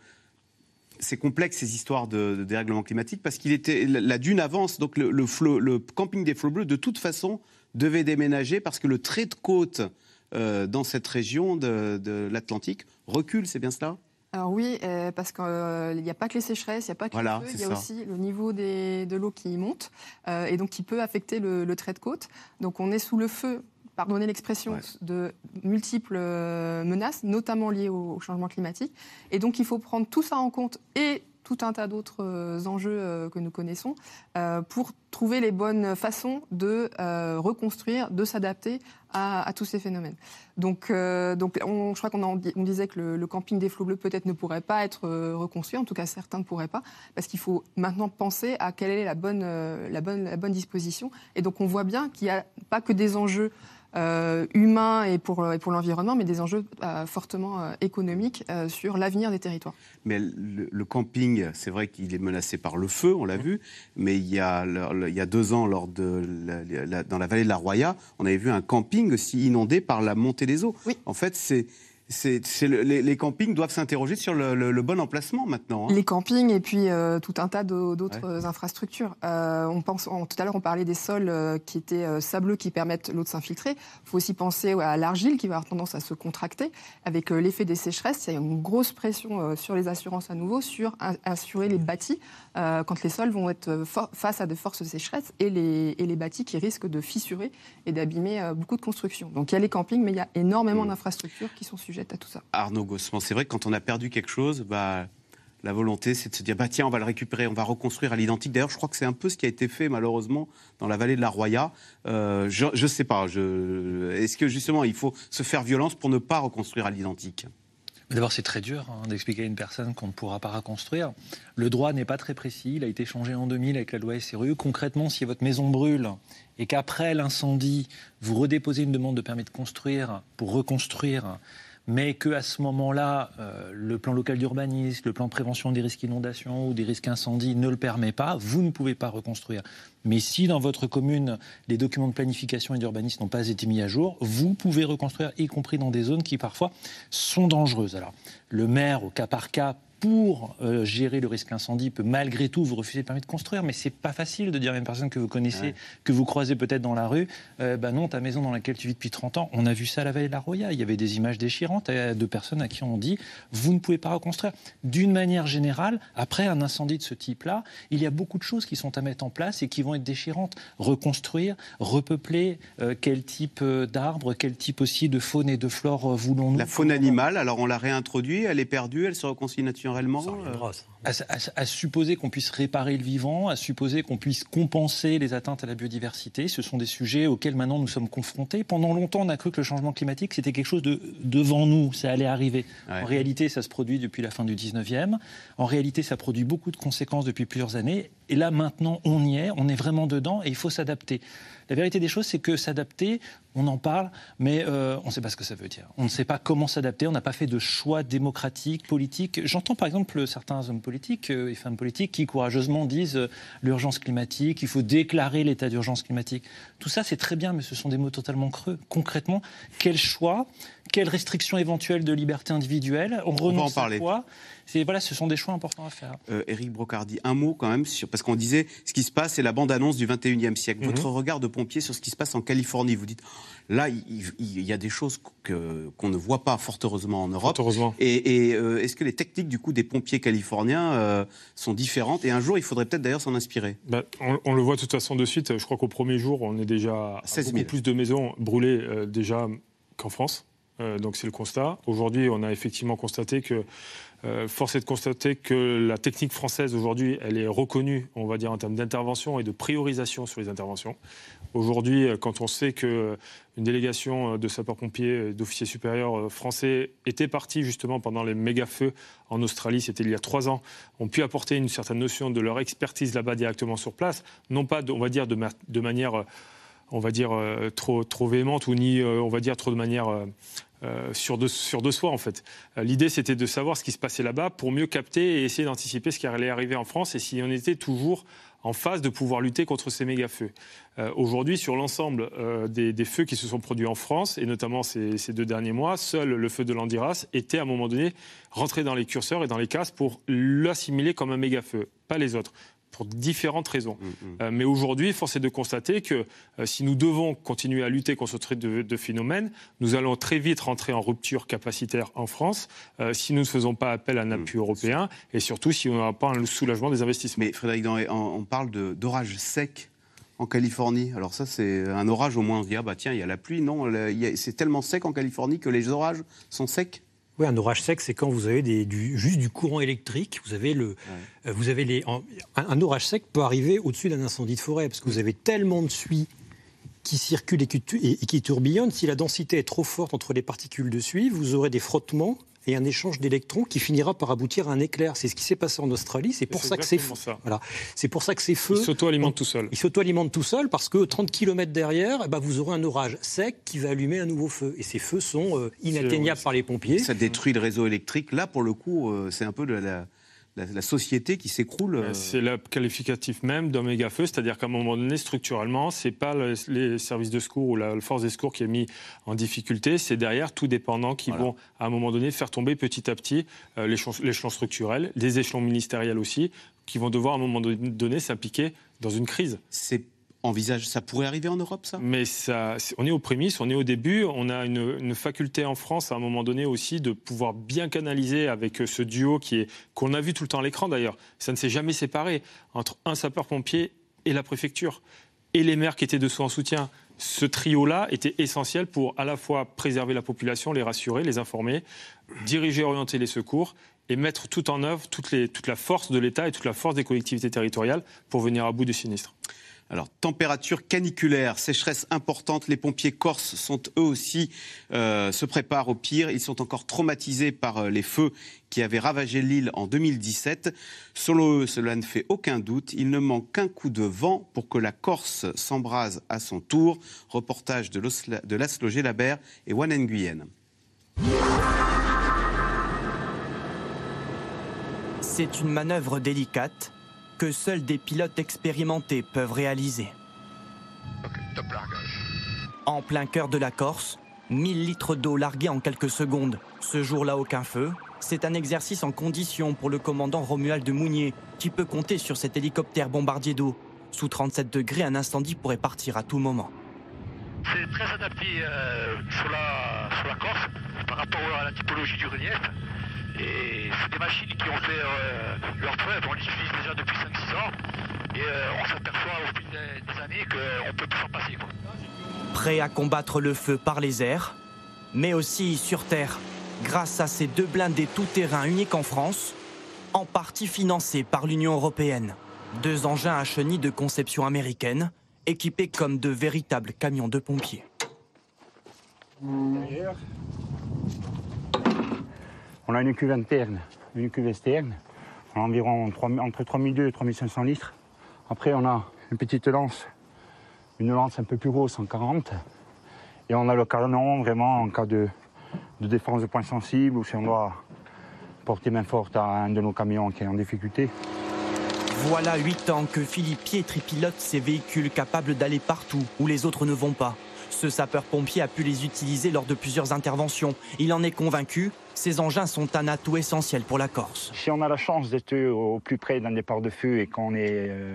C'est complexe ces histoires de, de dérèglement climatique parce qu'il était la dune avance, donc le, le, flot, le camping des Flots Bleus de toute façon devait déménager parce que le trait de côte euh, dans cette région de, de l'Atlantique recule, c'est bien cela ? Alors oui, euh, parce qu'il n'y euh, a pas que les sécheresses, il n'y a pas que voilà, le feu, il y a ça. aussi le niveau des, de l'eau qui monte euh, et donc qui peut affecter le, le trait de côte. Donc on est sous le feu. Pardonnez l'expression, ouais. de multiples menaces, notamment liées au changement climatique. Et donc, il faut prendre tout ça en compte et tout un tas d'autres enjeux que nous connaissons pour trouver les bonnes façons de reconstruire, de s'adapter à, à tous ces phénomènes. Donc, euh, donc on, je crois qu'on en, on disait que le, le camping des Flots Bleus peut-être ne pourrait pas être reconstruit, en tout cas certains ne pourraient pas, parce qu'il faut maintenant penser à quelle est la bonne, la bonne, la bonne disposition. Et donc on voit bien qu'il n'y a pas que des enjeux Euh, humains et pour, et pour l'environnement, mais des enjeux euh, fortement euh, économiques euh, sur l'avenir des territoires. Mais le, le camping, c'est vrai qu'il est menacé par le feu, on l'a vu, mais il y a, le, il y a deux ans, lors de la, la, dans la vallée de la Roya, on avait vu un camping aussi inondé par la montée des eaux. Oui. En fait, c'est... C'est, c'est le, les, les campings doivent s'interroger sur le, le, le bon emplacement maintenant. Hein. Les campings et puis euh, tout un tas de, d'autres ouais. infrastructures. Euh, on pense, on, tout à l'heure, on parlait des sols euh, qui étaient euh, sableux, qui permettent l'eau de s'infiltrer. Il faut aussi penser à l'argile qui va avoir tendance à se contracter. Avec euh, l'effet des sécheresses, il y a une grosse pression euh, sur les assurances à nouveau, sur un, assurer les bâtis euh, quand les sols vont être for- face à de fortes sécheresses et les, et les bâtis qui risquent de fissurer et d'abîmer euh, beaucoup de constructions. Donc il y a les campings, mais il y a énormément mmh. d'infrastructures qui sont sujets à tout ça. Arnaud Gossman, c'est vrai que quand on a perdu quelque chose, bah, la volonté c'est de se dire bah, tiens, on va le récupérer, on va reconstruire à l'identique. D'ailleurs, je crois que c'est un peu ce qui a été fait malheureusement dans la vallée de la Roya. Euh, je ne sais pas, je... est-ce que justement il faut se faire violence pour ne pas reconstruire à l'identique ? D'abord, c'est très dur hein, d'expliquer à une personne qu'on ne pourra pas reconstruire. Le droit n'est pas très précis, il a été changé en deux mille avec la loi S R U. Concrètement, si votre maison brûle et qu'après l'incendie, vous redéposez une demande de permis de construire pour reconstruire, mais qu'à ce moment-là, euh, le plan local d'urbanisme, le plan de prévention des risques inondations ou des risques incendies ne le permet pas, vous ne pouvez pas reconstruire. Mais si dans votre commune, les documents de planification et d'urbanisme n'ont pas été mis à jour, vous pouvez reconstruire, y compris dans des zones qui parfois sont dangereuses. Alors, le maire, au cas par cas, pour euh, gérer le risque incendie, peut malgré tout vous refuser le permis de construire. Mais c'est pas facile de dire à une personne que vous connaissez, ouais. que vous croisez peut-être dans la rue, euh, bah non, ta maison dans laquelle tu vis depuis trente ans, on a vu ça à la vallée de la Roya. Il y avait des images déchirantes de personnes à qui on dit vous ne pouvez pas reconstruire. D'une manière générale, après un incendie de ce type-là, il y a beaucoup de choses qui sont à mettre en place et qui vont être déchirantes. Reconstruire, repeupler, euh, quel type euh, d'arbres, quel type aussi de faune et de flore euh, voulons-nous? La faune animale, alors on l'a réintroduite, elle est perdue, elle se reconstitue naturellement. À, à, à supposer qu'on puisse réparer le vivant, à supposer qu'on puisse compenser les atteintes à la biodiversité, ce sont des sujets auxquels maintenant nous sommes confrontés. Pendant longtemps, on a cru que le changement climatique, c'était quelque chose de devant nous, ça allait arriver. Ouais. En réalité, ça se produit depuis la fin du dix-neuvième. En réalité, ça produit beaucoup de conséquences depuis plusieurs années. Et là, maintenant, on y est, on est vraiment dedans et il faut s'adapter. La vérité des choses, c'est que s'adapter, on en parle, mais euh, on ne sait pas ce que ça veut dire. On ne sait pas comment s'adapter, on n'a pas fait de choix démocratique, politique. J'entends par exemple certains hommes politiques euh, et femmes politiques qui courageusement disent euh, l'urgence climatique, il faut déclarer l'état d'urgence climatique. Tout ça, c'est très bien, mais ce sont des mots totalement creux. Concrètement, quel choix, quelles restrictions éventuelles de liberté individuelle, on renonce à quoi? C'est, voilà, ce sont des choix importants à faire. Euh, Éric Brocardi, un mot quand même, sur, parce qu'on disait ce qui se passe, c'est la bande-annonce du vingt et unième siècle. Mm-hmm. Votre regard de pompier sur ce qui se passe en Californie, vous dites, là, il, il, il y a des choses que, qu'on ne voit pas, fort heureusement, en Europe. Fort heureusement. Et, et euh, est-ce que les techniques du coup des pompiers californiens euh, sont différentes? Et un jour, il faudrait peut-être d'ailleurs s'en inspirer. Ben, on, on le voit de toute façon de suite. Je crois qu'au premier jour, on est déjà à beaucoup plus de maisons brûlées euh, déjà qu'en France. Euh, donc c'est le constat. Aujourd'hui, on a effectivement constaté que Euh, force est de constater que la technique française aujourd'hui, elle est reconnue, on va dire, en termes d'intervention et de priorisation sur les interventions. Aujourd'hui, quand on sait qu'une délégation de sapeurs-pompiers, d'officiers supérieurs français était partie justement pendant les méga-feux en Australie, c'était il y a trois ans, ont pu apporter une certaine notion de leur expertise là-bas directement sur place, non pas, de, on va dire, de, ma- de manière, on va dire, euh, trop, trop véhémente ou ni, euh, on va dire, trop de manière... Euh, Euh, sur, de, sur de soi en fait. Euh, l'idée c'était de savoir ce qui se passait là-bas pour mieux capter et essayer d'anticiper ce qui allait arriver en France et si on était toujours en phase de pouvoir lutter contre ces méga-feux. Euh, aujourd'hui, sur l'ensemble euh, des, des feux qui se sont produits en France, et notamment ces, ces deux derniers mois, seul le feu de Landiras était à un moment donné rentré dans les curseurs et dans les cases pour l'assimiler comme un méga-feu, pas les autres, pour différentes raisons. Mmh, mmh. Euh, mais aujourd'hui, force est de constater que euh, si nous devons continuer à lutter contre ce trait de, de phénomène, nous allons très vite rentrer en rupture capacitaire en France euh, si nous ne faisons pas appel à un appui mmh. européen et surtout si on n'aura pas un soulagement des investissements. Mais Frédéric Denré, on parle de, d'orage sec en Californie. Alors ça, c'est un orage, au moins on se dit, ah bah tiens, il y a la pluie. Non, il y a, c'est tellement sec en Californie que les orages sont secs. Oui, un orage sec, c'est quand vous avez des, du, juste du courant électrique. Vous avez le, ouais. euh, vous avez les, en, un, un orage sec peut arriver au-dessus d'un incendie de forêt parce que vous avez tellement de suie qui circule et qui, et, et qui tourbillonne. Si la densité est trop forte entre les particules de suie, vous aurez des frottements et un échange d'électrons qui finira par aboutir à un éclair. C'est ce qui s'est passé en Australie. C'est pour c'est ça que c'est ça. Voilà. C'est pour ça que ces feux. Ils s'auto-alimentent tout seuls. Ils s'auto-alimentent tout seuls parce que trente kilomètres derrière, eh ben, vous aurez un orage sec qui va allumer un nouveau feu. Et ces feux sont euh, inatteignables par les pompiers. Ça détruit le réseau électrique. Là, pour le coup, euh, c'est un peu de la. La, la société qui s'écroule. Euh... C'est le qualificatif même d'un méga-feu, c'est-à-dire qu'à un moment donné, structurellement, c'est pas le, les services de secours ou la, la force des secours qui est mis en difficulté, c'est derrière tout dépendant qui voilà. vont, à un moment donné, faire tomber petit à petit euh, l'échelon, l'échelon structurel, les échelons ministériels aussi, qui vont devoir, à un moment donné, s'impliquer dans une crise. C'est envisage, ça pourrait arriver en Europe, ça ? Mais ça, on est aux prémices, on est au début. On a une, une faculté en France, à un moment donné aussi, de pouvoir bien canaliser avec ce duo qui est, qu'on a vu tout le temps à l'écran d'ailleurs. Ça ne s'est jamais séparé entre un sapeur-pompier et la préfecture. Et les maires qui étaient dessous en soutien. Ce trio-là était essentiel pour à la fois préserver la population, les rassurer, les informer, diriger, orienter les secours et mettre tout en œuvre, toute, les, toute la force de l'État et toute la force des collectivités territoriales pour venir à bout du sinistre. Alors, température caniculaire, sécheresse importante, les pompiers corses sont eux aussi, euh, se préparent au pire. Ils sont encore traumatisés par euh, les feux qui avaient ravagé l'île en deux mille dix-sept. Selon eux, cela ne fait aucun doute. Il ne manque qu'un coup de vent pour que la Corse s'embrase à son tour. Reportage de, de Laszlo Gelabert et One Nguyen. C'est une manœuvre délicate que seuls des pilotes expérimentés peuvent réaliser. En plein cœur de la Corse, mille litres d'eau largués en quelques secondes. Ce jour-là, aucun feu, C'est un exercice en condition pour le commandant Romuald de Mounier, qui peut compter sur cet hélicoptère bombardier d'eau. Sous trente-sept degrés, un incendie pourrait partir à tout moment. C'est très adapté euh, sur, la, sur la Corse par rapport à la typologie du relief. Et c'est des machines qui ont fait euh, leur preuve, on les utilise déjà depuis cinq six ans. Et euh, on s'aperçoit au fil des, des années qu'on ne peut plus s'en passer, quoi. Prêt à combattre le feu par les airs, mais aussi sur terre, grâce à ces deux blindés tout-terrain uniques en France, en partie financés par l'Union européenne. Deux engins à chenilles de conception américaine, équipés comme de véritables camions de pompiers. On a une cuve interne, une cuve externe, on a environ trois, entre trois mille deux et trois mille cinq cents litres. Après, on a une petite lance, une lance un peu plus grosse, cent quarante. Et on a le canon vraiment en cas de, de défense de points sensibles ou si on doit porter main forte à un de nos camions qui est en difficulté. Voilà huit ans que Philippe Pietri pilote ces véhicules capables d'aller partout où les autres ne vont pas. Ce sapeur-pompier a pu les utiliser lors de plusieurs interventions. Il en est convaincu, ces engins sont un atout essentiel pour la Corse. Si on a la chance d'être au plus près d'un départ de feu et qu'on est euh,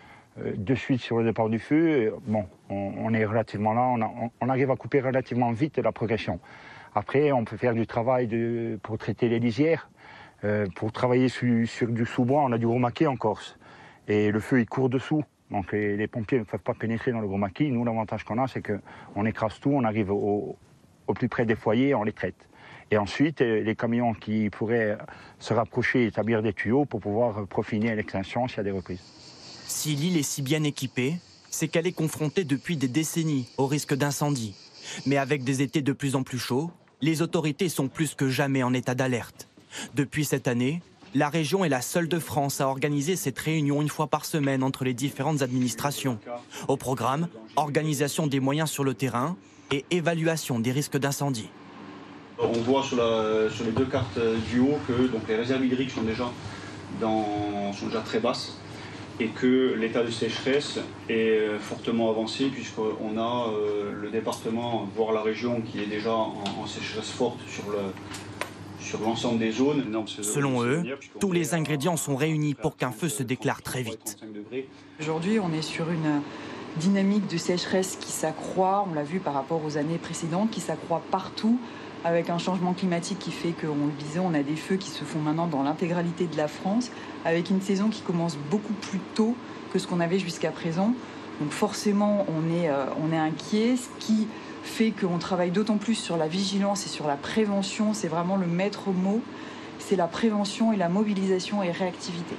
de suite sur le départ du feu, bon, on, on est relativement là, on, a, on, on arrive à couper relativement vite la progression. Après, on peut faire du travail de, pour traiter les lisières. Euh, pour travailler sur, sur du sous-bois, on a du gros maquis en Corse. Et le feu, il court dessous. Donc les, les pompiers ne peuvent pas pénétrer dans le gros maquis. Nous, l'avantage qu'on a, c'est qu'on écrase tout, on arrive au, au plus près des foyers, on les traite. Et ensuite, les camions qui pourraient se rapprocher, établir des tuyaux pour pouvoir profiner à l'extinction s'il y a des reprises. Si l'île est si bien équipée, c'est qu'elle est confrontée depuis des décennies au risque d'incendie. Mais avec des étés de plus en plus chauds, les autorités sont plus que jamais en état d'alerte. Depuis cette année, la région est la seule de France à organiser cette réunion une fois par semaine entre les différentes administrations. Au programme, organisation des moyens sur le terrain et évaluation des risques d'incendie. On voit sur, la, sur les deux cartes du haut que donc, les réserves hydriques sont déjà, dans, sont déjà très basses et que l'état de sécheresse est fortement avancé puisqu'on a euh, le département, voire la région qui est déjà en, en sécheresse forte sur le... sur l'ensemble des zones. Selon eux, tous les ingrédients sont réunis pour qu'un feu se déclare très vite. Aujourd'hui, on est sur une dynamique de sécheresse qui s'accroît, on l'a vu par rapport aux années précédentes, qui s'accroît partout, avec un changement climatique qui fait qu'on le disait, on a des feux qui se font maintenant dans l'intégralité de la France, avec une saison qui commence beaucoup plus tôt que ce qu'on avait jusqu'à présent. Donc forcément, on est, euh, on est inquiet, ce qui fait qu'on travaille d'autant plus sur la vigilance et sur la prévention. C'est vraiment le maître mot, c'est la prévention et la mobilisation et réactivité.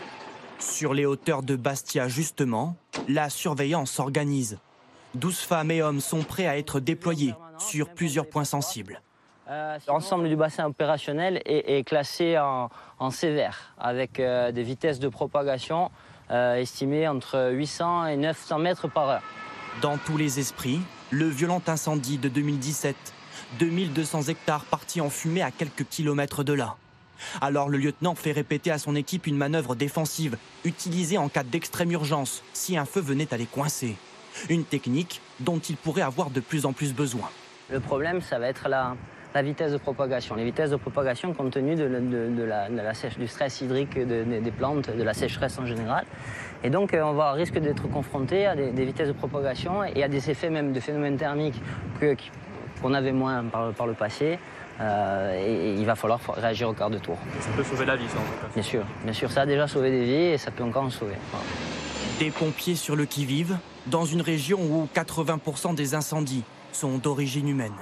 Sur les hauteurs de Bastia, justement, la surveillance s'organise. douze femmes et hommes sont prêts à être déployés sur plusieurs points sensibles. Euh, L'ensemble du bassin opérationnel est, est classé en, en sévère, avec euh, des vitesses de propagation euh, estimées entre huit cents et neuf cents mètres par heure. Dans tous les esprits, le violent incendie de deux mille dix-sept, deux mille deux cents hectares partis en fumée à quelques kilomètres de là. Alors le lieutenant fait répéter à son équipe une manœuvre défensive, utilisée en cas d'extrême urgence, si un feu venait à les coincer. Une technique dont il pourrait avoir de plus en plus besoin. Le problème, ça va être la, la vitesse de propagation. Les vitesses de propagation compte tenu de, de, de la, de la sèche, du stress hydrique de, de, des plantes, de la sécheresse en général. Et donc, on va risque d'être confronté à des, des vitesses de propagation et à des effets même de phénomènes thermiques que, qu'on avait moins par, par le passé. Euh, et, et il va falloir réagir au quart de tour. Ça peut sauver la vie, ça, en tout cas. Bien sûr, bien sûr, ça a déjà sauvé des vies et ça peut encore en sauver. Voilà. Des pompiers sur le qui-vive, dans une région où quatre-vingts pour cent des incendies sont d'origine humaine.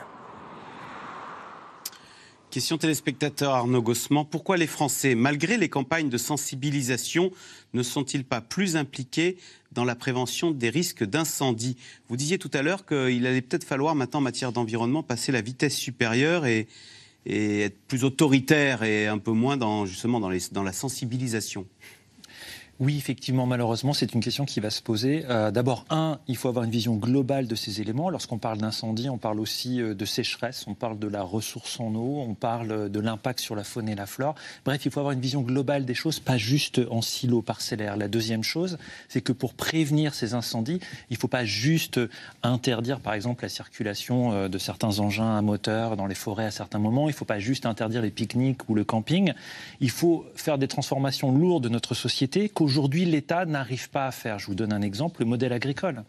Question téléspectateur Arnaud Gossement. Pourquoi les Français, malgré les campagnes de sensibilisation, ne sont-ils pas plus impliqués dans la prévention des risques d'incendie? Vous disiez tout à l'heure qu'il allait peut-être falloir maintenant en matière d'environnement passer la vitesse supérieure et, et être plus autoritaire et un peu moins dans, justement dans, les, dans la sensibilisation. Oui, effectivement, malheureusement, c'est une question qui va se poser. Euh, d'abord, un, il faut avoir une vision globale de ces éléments. Lorsqu'on parle d'incendie, on parle aussi de sécheresse, on parle de la ressource en eau, on parle de l'impact sur la faune et la flore. Bref, il faut avoir une vision globale des choses, pas juste en silo parcellaire. La deuxième chose, c'est que pour prévenir ces incendies, il ne faut pas juste interdire, par exemple, la circulation de certains engins à moteur dans les forêts à certains moments. Il ne faut pas juste interdire les pique-niques ou le camping. Il faut faire des transformations lourdes de notre société qu'aujourd'hui l'État n'arrive pas à faire. Je vous donne un exemple, le modèle agricole.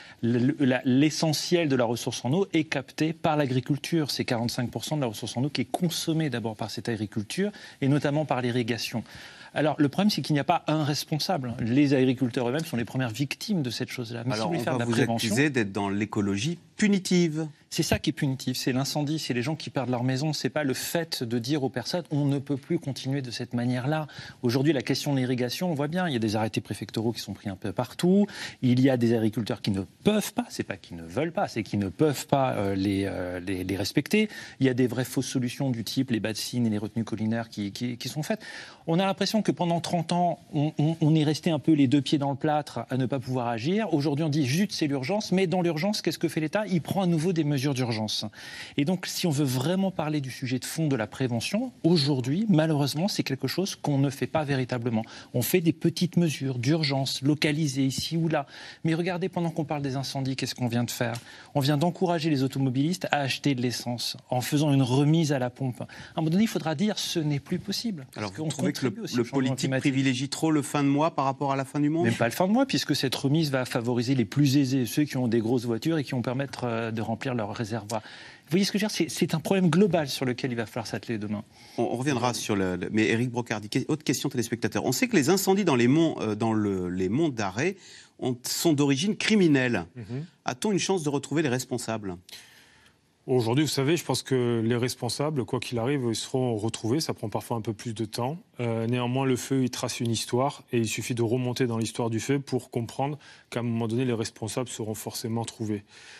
L'essentiel de la ressource en eau est capté par l'agriculture. C'est quarante-cinq pour cent de la ressource en eau qui est consommée d'abord par cette agriculture et notamment par l'irrigation. Alors, le problème, c'est qu'il n'y a pas un responsable. Les agriculteurs eux-mêmes sont les premières victimes de cette chose-là. Mais Alors, si vous voulez on faire va de la vous prévention, accuser d'être dans l'écologie punitive. C'est ça qui est punitif, c'est l'incendie, c'est les gens qui perdent leur maison. C'est pas le fait de dire aux personnes on ne peut plus continuer de cette manière-là. Aujourd'hui, la question de l'irrigation, on voit bien, il y a des arrêtés préfectoraux qui sont pris un peu partout. Il y a des agriculteurs qui ne peuvent pas, c'est pas qu'ils ne veulent pas, c'est qu'ils ne peuvent pas euh, les, euh, les, les respecter. Il y a des vraies fausses solutions du type les bassines et les retenues collinaires qui, qui, qui sont faites. On a l'impression que pendant trente ans, on, on, on est resté un peu les deux pieds dans le plâtre à ne pas pouvoir agir. Aujourd'hui, on dit juste c'est l'urgence, mais dans l'urgence, qu'est-ce que fait l'État ? Il prend à nouveau des mesures d'urgence. Et donc, si on veut vraiment parler du sujet de fond de la prévention, aujourd'hui, malheureusement, c'est quelque chose qu'on ne fait pas véritablement. On fait des petites mesures d'urgence, localisées ici ou là. Mais regardez, pendant qu'on parle des incendies, qu'est-ce qu'on vient de faire ? On vient d'encourager les automobilistes à acheter de l'essence en faisant une remise à la pompe. À un moment donné, il faudra dire ce n'est plus possible. Alors, vous trouvez que le, le politique privilégie trop le fin de mois par rapport à la fin du monde ? Même pas le fin de mois, puisque cette remise va favoriser les plus aisés, ceux qui ont des grosses voitures et qui vont permettre de remplir leur réservoir. Vous voyez ce que je veux dire ? c'est, c'est un problème global sur lequel il va falloir s'atteler demain. On, on reviendra sur le, le... Mais Éric Brocardi, autre question téléspectateur. On sait que les incendies dans les monts, euh, dans le, les monts d'Arrée ont, sont d'origine criminelle. Mm-hmm. A-t-on une chance de retrouver les responsables ? Aujourd'hui, vous savez, je pense que les responsables, quoi qu'il arrive, ils seront retrouvés. Ça prend parfois un peu plus de temps. Euh, néanmoins, le feu, il trace une histoire et il suffit de remonter dans l'histoire du feu pour comprendre qu'à un moment donné, les responsables seront forcément trouvés.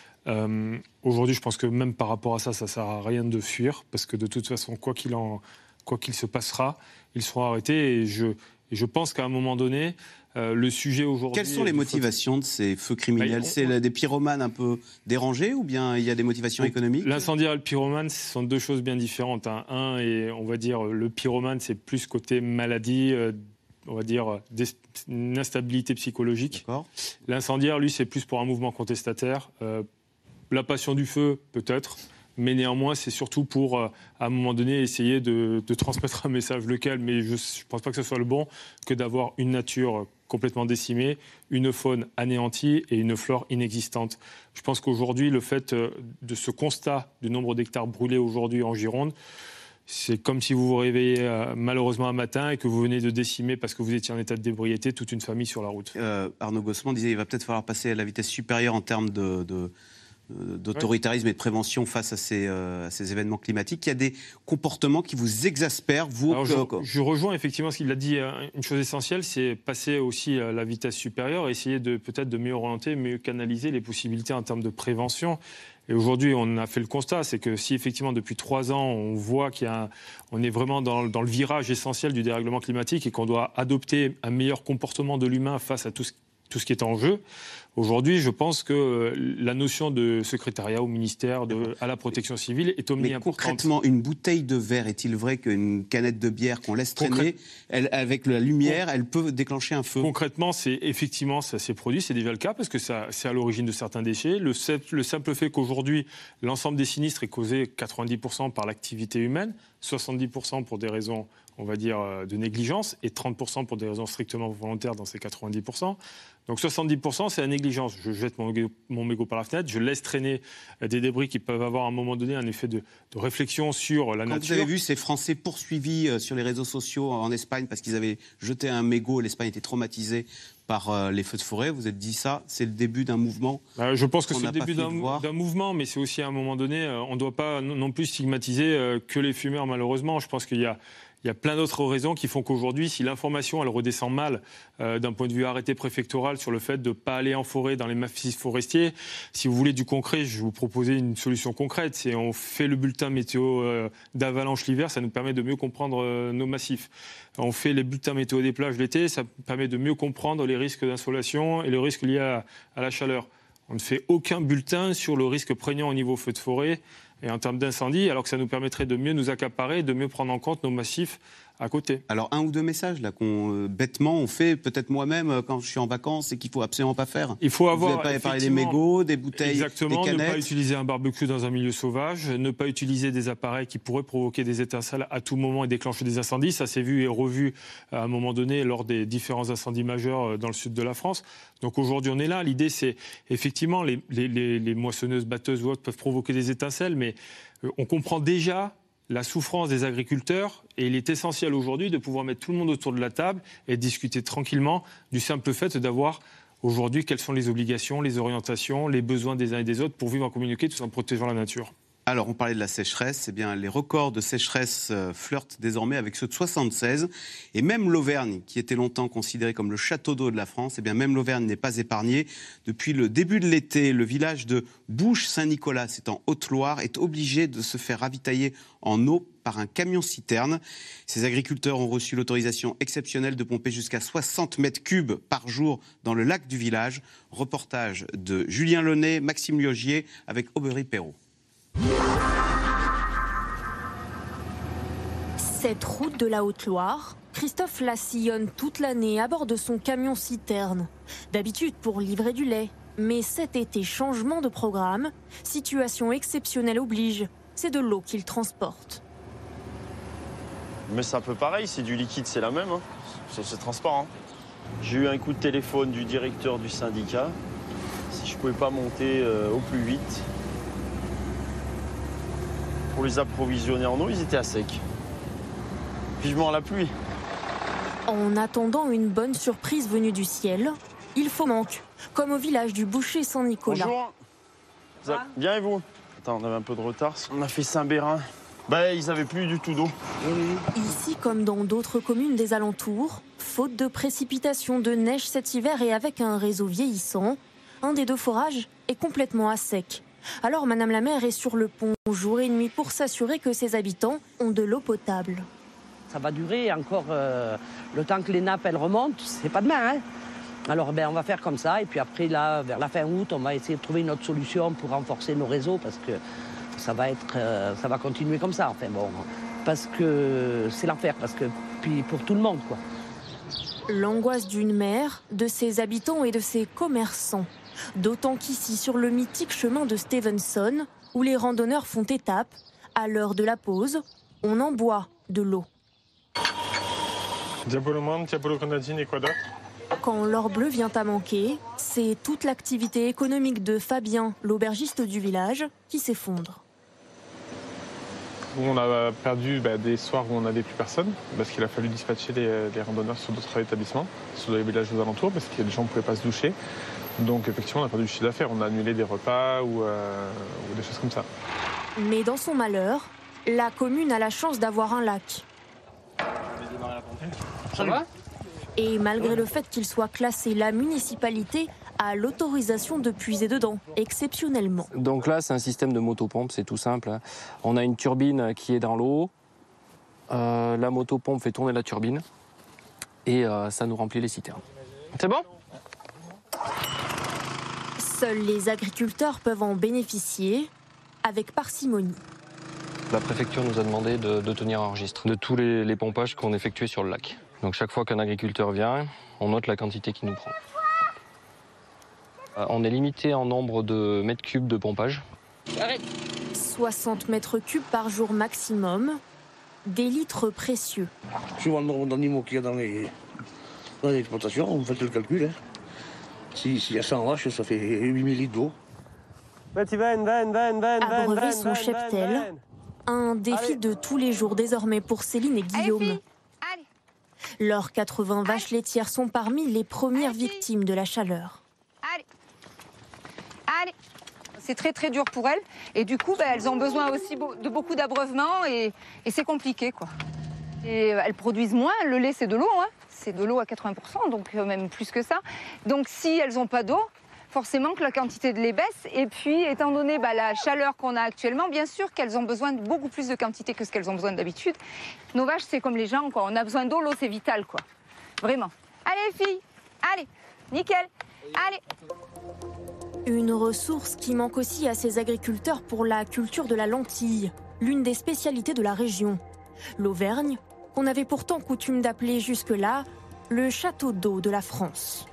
Euh, aujourd'hui, je pense que même par rapport à ça, ça ne sert à rien de fuir parce que de toute façon, quoi qu'il, en, quoi qu'il se passera, ils seront arrêtés et je, et je pense qu'à un moment donné, Euh, le sujet aujourd'hui... Quelles sont les motivations de ces feux criminels ? bah, on... C'est des pyromanes un peu dérangés ou bien il y a des motivations Donc, économiques ? L'incendie et le pyromane, ce sont deux choses bien différentes. Hein. Un, et on va dire, le pyromane, c'est plus côté maladie, euh, on va dire, une instabilité psychologique. D'accord. L'incendiaire, lui, c'est plus pour un mouvement contestataire. Euh, la passion du feu, peut-être. Mais néanmoins, c'est surtout pour, euh, à un moment donné, essayer de, de transmettre un message lequel, mais je ne pense pas que ce soit le bon, que d'avoir une nature complètement décimée, une faune anéantie et une flore inexistante. Je pense qu'aujourd'hui, le fait de ce constat du nombre d'hectares brûlés aujourd'hui en Gironde, c'est comme si vous vous réveillez euh, malheureusement un matin et que vous venez de décimer, parce que vous étiez en état de d'ébriété, toute une famille sur la route. Euh, Arnaud Gossman disait qu'il va peut-être falloir passer à la vitesse supérieure en termes de... de... d'autoritarisme et de prévention face à ces, euh, à ces événements climatiques. Il y a des comportements qui vous exaspèrent, vous. Alors, je, je rejoins effectivement ce qu'il a dit. Une chose essentielle, c'est passer aussi à la vitesse supérieure, essayer de peut-être de mieux orienter, mieux canaliser les possibilités en termes de prévention. Et aujourd'hui, on a fait le constat, c'est que si effectivement depuis trois ans, on voit qu'il y a un, on est vraiment dans, dans le virage essentiel du dérèglement climatique et qu'on doit adopter un meilleur comportement de l'humain face à tout ce tout ce qui est en jeu. Aujourd'hui, je pense que la notion de secrétariat au ministère, de, à la protection civile est omniimportante. Mais concrètement, une bouteille de verre, est-il vrai qu'une canette de bière qu'on laisse traîner, elle, avec la lumière, elle peut déclencher un feu ? Concrètement, c'est, effectivement, ça s'est produit, c'est déjà le cas, parce que ça, c'est à l'origine de certains déchets. Le, le simple fait qu'aujourd'hui, l'ensemble des sinistres est causé quatre-vingt-dix pour cent par l'activité humaine, soixante-dix pour cent pour des raisons, on va dire, de négligence, et trente pour cent pour des raisons strictement volontaires dans ces quatre-vingt-dix pour cent. Donc soixante-dix pour cent, c'est la négligence. Je jette mon, mon mégot par la fenêtre, je laisse traîner des débris qui peuvent avoir à un moment donné un effet de, de réflexion sur la Quand nature. Vous avez vu ces Français poursuivis sur les réseaux sociaux en Espagne parce qu'ils avaient jeté un mégot, l'Espagne était traumatisée par euh, les feux de forêt, vous êtes dit ça, c'est le début d'un mouvement. Euh, je pense que c'est le début d'un, d'un mouvement, mais c'est aussi à un moment donné, euh, on ne doit pas non plus stigmatiser euh, que les fumeurs, malheureusement. Je pense qu'il y a, Il y a plein d'autres raisons qui font qu'aujourd'hui, si l'information elle redescend mal euh, d'un point de vue arrêté préfectoral sur le fait de ne pas aller en forêt dans les massifs forestiers, si vous voulez du concret, je vais vous proposer une solution concrète. C'est on fait le bulletin météo euh, d'avalanche l'hiver, ça nous permet de mieux comprendre euh, nos massifs. On fait les bulletins météo des plages l'été, ça permet de mieux comprendre les risques d'insolation et les risques liés à, à la chaleur. On ne fait aucun bulletin sur le risque prégnant au niveau feu de forêt et en termes d'incendie, alors que ça nous permettrait de mieux nous accaparer, de mieux prendre en compte nos massifs à côté. Alors, un ou deux messages là qu'on euh, bêtement on fait, peut-être moi-même euh, quand je suis en vacances, et qu'il faut absolument pas faire. Il faut avoir. Vous n'avez pas parlé des mégots, des bouteilles, exactement, des canettes. Ne pas utiliser un barbecue dans un milieu sauvage, ne pas utiliser des appareils qui pourraient provoquer des étincelles à tout moment et déclencher des incendies. Ça s'est vu et revu à un moment donné lors des différents incendies majeurs dans le sud de la France. Donc aujourd'hui, on est là. L'idée, c'est effectivement les, les, les, les moissonneuses, batteuses ou autres peuvent provoquer des étincelles, mais euh, on comprend déjà la souffrance des agriculteurs et il est essentiel aujourd'hui de pouvoir mettre tout le monde autour de la table et discuter tranquillement du simple fait d'avoir aujourd'hui quelles sont les obligations, les orientations, les besoins des uns et des autres pour vivre en communauté tout en protégeant la nature. Alors, on parlait de la sécheresse. Eh bien, les records de sécheresse euh, flirtent désormais avec ceux de soixante-seize. Et même l'Auvergne, qui était longtemps considérée comme le château d'eau de la France, eh bien, même l'Auvergne n'est pas épargnée. Depuis le début de l'été, le village de Bouches-Saint-Nicolas, c'est en Haute-Loire, est obligé de se faire ravitailler en eau par un camion-citerne. Ces agriculteurs ont reçu l'autorisation exceptionnelle de pomper jusqu'à soixante mètres cubes par jour dans le lac du village. Reportage de Julien Launay, Maxime Liogier avec Aubery Perrault. Cette route de la Haute-Loire, Christophe la sillonne toute l'année à bord de son camion-citerne. D'habitude pour livrer du lait. Mais cet été, changement de programme. Situation exceptionnelle oblige. C'est de l'eau qu'il transporte. Mais c'est un peu pareil, c'est du liquide, c'est la même. Hein. C'est, c'est transparent. J'ai eu un coup de téléphone du directeur du syndicat. Si je pouvais pas monter euh, au plus vite. Pour les approvisionner en eau, ils étaient à sec. Vivement la pluie. En attendant une bonne surprise venue du ciel, il faut manque, comme au village du Boucher Saint-Nicolas. Bonjour. Vous avez... Bien et vous? Attends, on avait un peu de retard. On a fait Saint-Bérin. Ben, ils n'avaient plus du tout d'eau. Ici, comme dans d'autres communes des alentours, faute de précipitations, de neige cet hiver et avec un réseau vieillissant, un des deux forages est complètement à sec. Alors Madame la maire est sur le pont jour et nuit pour s'assurer que ses habitants ont de l'eau potable. Ça va durer encore euh, le temps que les nappes elles remontent, c'est pas demain. Hein. Alors ben, on va faire comme ça et puis après là, vers la fin août, on va essayer de trouver une autre solution pour renforcer nos réseaux parce que ça va être, euh, ça va continuer comme ça. Enfin bon, parce que c'est l'enfer, parce que puis pour tout le monde quoi. L'angoisse d'une maire, de ses habitants et de ses commerçants. D'autant qu'ici, sur le mythique chemin de Stevenson, où les randonneurs font étape, à l'heure de la pause, on en boit de l'eau. Diabolomane, diabologrenadine et quoi d'autre? Quand l'or bleu vient à manquer, c'est toute l'activité économique de Fabien, l'aubergiste du village, qui s'effondre. On a perdu bah, des soirs où on n'avait plus personne, parce qu'il a fallu dispatcher les, les randonneurs sur d'autres établissements, sur les villages aux alentours, parce que les gens ne pouvaient pas se doucher. Donc effectivement, on a perdu du chiffre d'affaires, on a annulé des repas ou, euh, ou des choses comme ça. Mais dans son malheur, la commune a la chance d'avoir un lac. Ça va ? Et malgré le fait qu'il soit classé, la municipalité a l'autorisation de puiser dedans, exceptionnellement. Donc là, c'est un système de motopompe, c'est tout simple. On a une turbine qui est dans l'eau, euh, la motopompe fait tourner la turbine et euh, ça nous remplit les citernes. C'est bon ? Seuls les agriculteurs peuvent en bénéficier, avec parcimonie. La préfecture nous a demandé de, de tenir un registre de tous les, les pompages qu'on effectuait sur le lac. Donc chaque fois qu'un agriculteur vient, on note la quantité qu'il nous prend. Euh, on est limité en nombre de mètres cubes de pompage. soixante mètres cubes par jour maximum, des litres précieux. Suivant le nombre d'animaux qu'il y a dans les, dans les exploitations, on fait le calcul. Hein. S'il si y a cent vaches, ça fait huit mille litres d'eau. Abreuver son cheptel, un défi de tous les jours désormais pour Céline et Guillaume. Leurs quatre-vingts vaches laitières sont parmi les premières victimes de la chaleur. Allez. Allez. C'est très très dur pour elles et du coup bah, elles ont besoin aussi de beaucoup d'abreuvement et, et c'est compliqué quoi. Et elles produisent moins. Le lait, c'est de l'eau. Hein. C'est de l'eau à quatre-vingts pour cent, donc même plus que ça. Donc si elles n'ont pas d'eau, forcément que la quantité de lait baisse. Et puis, étant donné bah, la chaleur qu'on a actuellement, bien sûr qu'elles ont besoin de beaucoup plus de quantité que ce qu'elles ont besoin d'habitude. Nos vaches, c'est comme les gens, quoi. On a besoin d'eau, l'eau, c'est vital, quoi. Vraiment. Allez, filles, allez, nickel, allez. Une ressource qui manque aussi à ces agriculteurs pour la culture de la lentille, l'une des spécialités de la région. L'Auvergne, qu'on avait pourtant coutume d'appeler jusque-là le château d'eau de la France.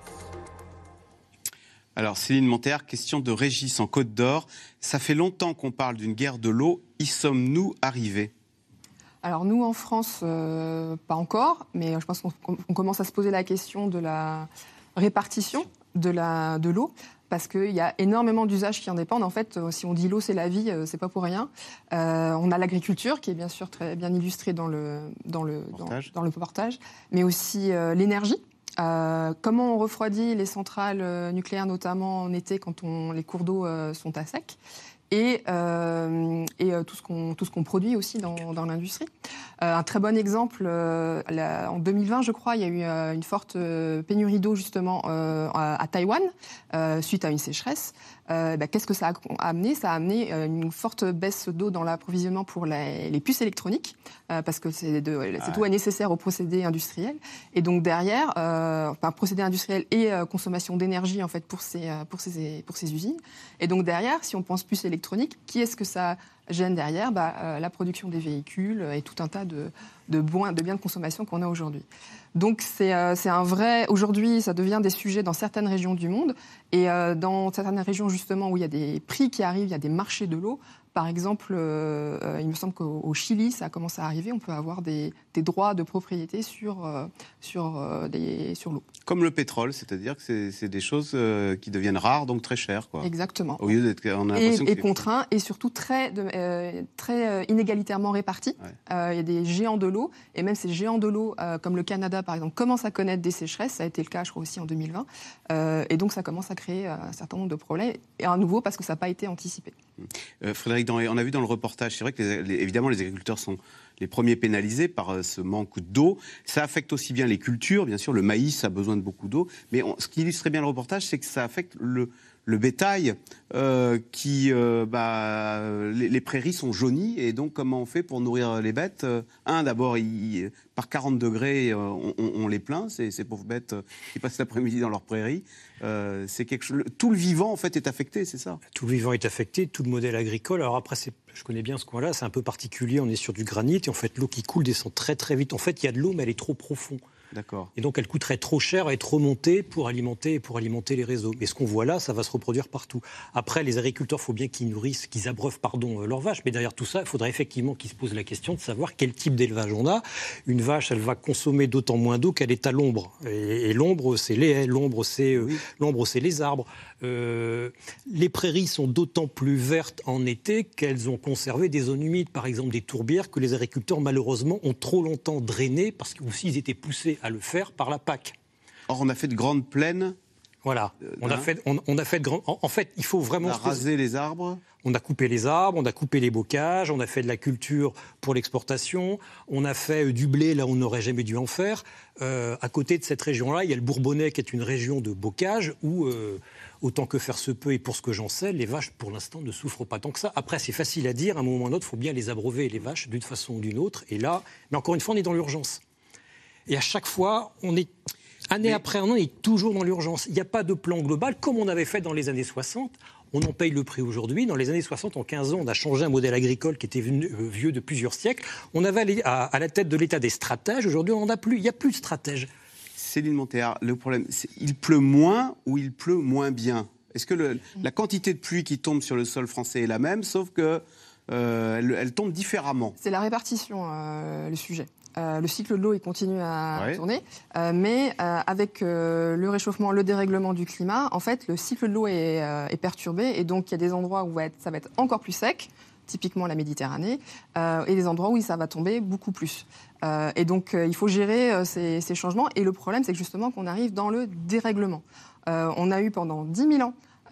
Alors Céline Monteer, question de Régis en Côte d'Or. Ça fait longtemps qu'on parle d'une guerre de l'eau. Y sommes-nous arrivés ? Alors nous, en France, euh, pas encore, mais je pense qu'on on commence à se poser la question de la répartition de, la, de l'eau, parce qu'il y a énormément d'usages qui en dépendent. En fait, si on dit l'eau, c'est la vie, c'est pas pour rien. Euh, on a l'agriculture, qui est bien sûr très bien illustrée dans le, dans le, dans, dans le reportage, mais aussi euh, l'énergie. Euh, comment on refroidit les centrales euh, nucléaires, notamment en été, quand on, les cours d'eau euh, sont à sec. Et, euh, et euh, tout ce qu'on tout ce qu'on produit aussi dans, dans l'industrie. Euh, un très bon exemple, euh, la, en deux mille vingt, je crois, il y a eu euh, une forte euh, pénurie d'eau justement euh, à, à Taïwan euh, suite à une sécheresse. Euh, bah, qu'est-ce que ça a amené ? Ça a amené euh, une forte baisse d'eau dans l'approvisionnement pour les, les puces électroniques, euh, parce que c'est, de, c'est tout nécessaire au procédé industriel. Et donc derrière, euh, enfin, procédé industriel et euh, consommation d'énergie en fait pour ces pour ces pour ces usines. Et donc derrière, si on pense puces électroniques, qui est-ce que ça gêne derrière ? Bah, euh, la production des véhicules et tout un tas de de biens de, biens de consommation qu'on a aujourd'hui. Donc c'est, euh, c'est un vrai... Aujourd'hui, ça devient des sujets dans certaines régions du monde. Et euh, dans certaines régions, justement, où il y a des prix qui arrivent, il y a des marchés de l'eau. Par exemple, euh, euh, il me semble qu'au Chili, ça commence à arriver. On peut avoir des, des droits de propriété sur, euh, sur, euh, des, sur l'eau. Comme le pétrole, c'est-à-dire que c'est, c'est des choses euh, qui deviennent rares, donc très chères, quoi. Exactement. Au lieu d'être... On a et et, et contraints, et surtout très, de, euh, très inégalitairement répartis. Ouais. Euh, il y a des géants de l'eau, et même ces géants de l'eau, euh, comme le Canada, par exemple, commencent à connaître des sécheresses. Ça a été le cas, je crois, aussi en deux mille vingt. Euh, et donc, ça commence à créer un certain nombre de problèmes, et à nouveau, parce que ça n'a pas été anticipé. Euh, Frédéric, dans, on a vu dans le reportage, c'est vrai que les, les, évidemment les agriculteurs sont les premiers pénalisés par euh, ce manque d'eau. Ça affecte aussi bien les cultures, bien sûr, le maïs a besoin de beaucoup d'eau, mais on, ce qui illustre bien le reportage, c'est que ça affecte le, le bétail, euh, qui, euh, bah, les, les prairies sont jaunies, et donc comment on fait pour nourrir les bêtes ? Un, d'abord, il, par quarante degrés, euh, on, on, on les plaint, ces, ces pauvres bêtes qui passent l'après-midi dans leurs prairies. Euh, c'est quelque chose, tout le vivant, en fait, est affecté, c'est ça ? Tout le vivant est affecté, tout le modèle agricole. Alors après, c'est, je connais bien ce coin-là, c'est un peu particulier, on est sur du granit, et en fait, l'eau qui coule descend très très vite. En fait, il y a de l'eau, mais elle est trop profonde. D'accord. Et donc, elle coûterait trop cher à être remontée pour alimenter, pour alimenter les réseaux. Mais ce qu'on voit là, ça va se reproduire partout. Après, les agriculteurs, il faut bien qu'ils nourrissent, qu'ils abreuvent, pardon, leurs vaches. Mais derrière tout ça, il faudrait effectivement qu'ils se posent la question de savoir quel type d'élevage on a. Une vache, elle va consommer d'autant moins d'eau qu'elle est à l'ombre. Et, et l'ombre, c'est les haies, l'ombre, c'est, oui. euh, l'ombre, c'est les arbres. Euh, les prairies sont d'autant plus vertes en été qu'elles ont conservé des zones humides, par exemple des tourbières que les agriculteurs malheureusement ont trop longtemps drainées parce qu'aussi ils étaient poussés à le faire par la P A C. Or on a fait de grandes plaines. Voilà, euh, on, a fait, on, on a fait de grands... En, en fait, il faut vraiment... On a rasé les arbres. On a coupé les arbres, on a coupé les bocages, on a fait de la culture pour l'exportation, on a fait du blé là où on n'aurait jamais dû en faire. Euh, à côté de cette région-là, il y a le Bourbonnais qui est une région de bocage où, euh, autant que faire se peut, et pour ce que j'en sais, les vaches pour l'instant ne souffrent pas tant que ça. Après, c'est facile à dire, à un moment ou à un autre, il faut bien les abreuver, les vaches, d'une façon ou d'une autre. Et là, mais encore une fois, on est dans l'urgence. Et à chaque fois, on est... Année mais... après année, on est toujours dans l'urgence. Il n'y a pas de plan global, comme on avait fait dans les années soixante. On en paye le prix aujourd'hui. Dans les années soixante, en quinze ans, on a changé un modèle agricole qui était vieux de plusieurs siècles. On avait à la tête de l'État des stratèges. Aujourd'hui, on n'en a plus. Il n'y a plus de stratèges. Céline Monteer, le problème, c'est il pleut moins ou il pleut moins bien ? Est-ce que le, la quantité de pluie qui tombe sur le sol français est la même, sauf qu'elle euh, elle, elle tombe différemment ? C'est la répartition, euh, le sujet. Euh, le cycle de l'eau, il continue à ouais. tourner, euh, mais euh, avec euh, le réchauffement, le dérèglement du climat, en fait, le cycle de l'eau est, euh, est perturbé, et donc il y a des endroits où ça va être encore plus sec, typiquement la Méditerranée, euh, et des endroits où ça va tomber beaucoup plus. Euh, et donc euh, il faut gérer euh, ces, ces changements, et le problème, c'est que justement qu'on arrive dans le dérèglement. Euh, on a eu pendant dix mille ans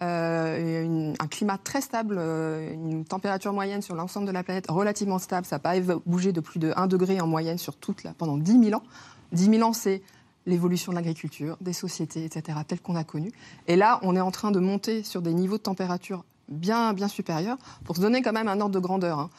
euh, une, un climat très stable, euh, une température moyenne sur l'ensemble de la planète relativement stable. Ça n'a pas bougé de plus de un degré en moyenne sur toute la, pendant dix mille ans. dix mille ans, c'est l'évolution de l'agriculture, des sociétés, et cetera, telles qu'on a connues. Et là, on est en train de monter sur des niveaux de température bien, bien supérieurs. Pour se donner quand même un ordre de grandeur, hein,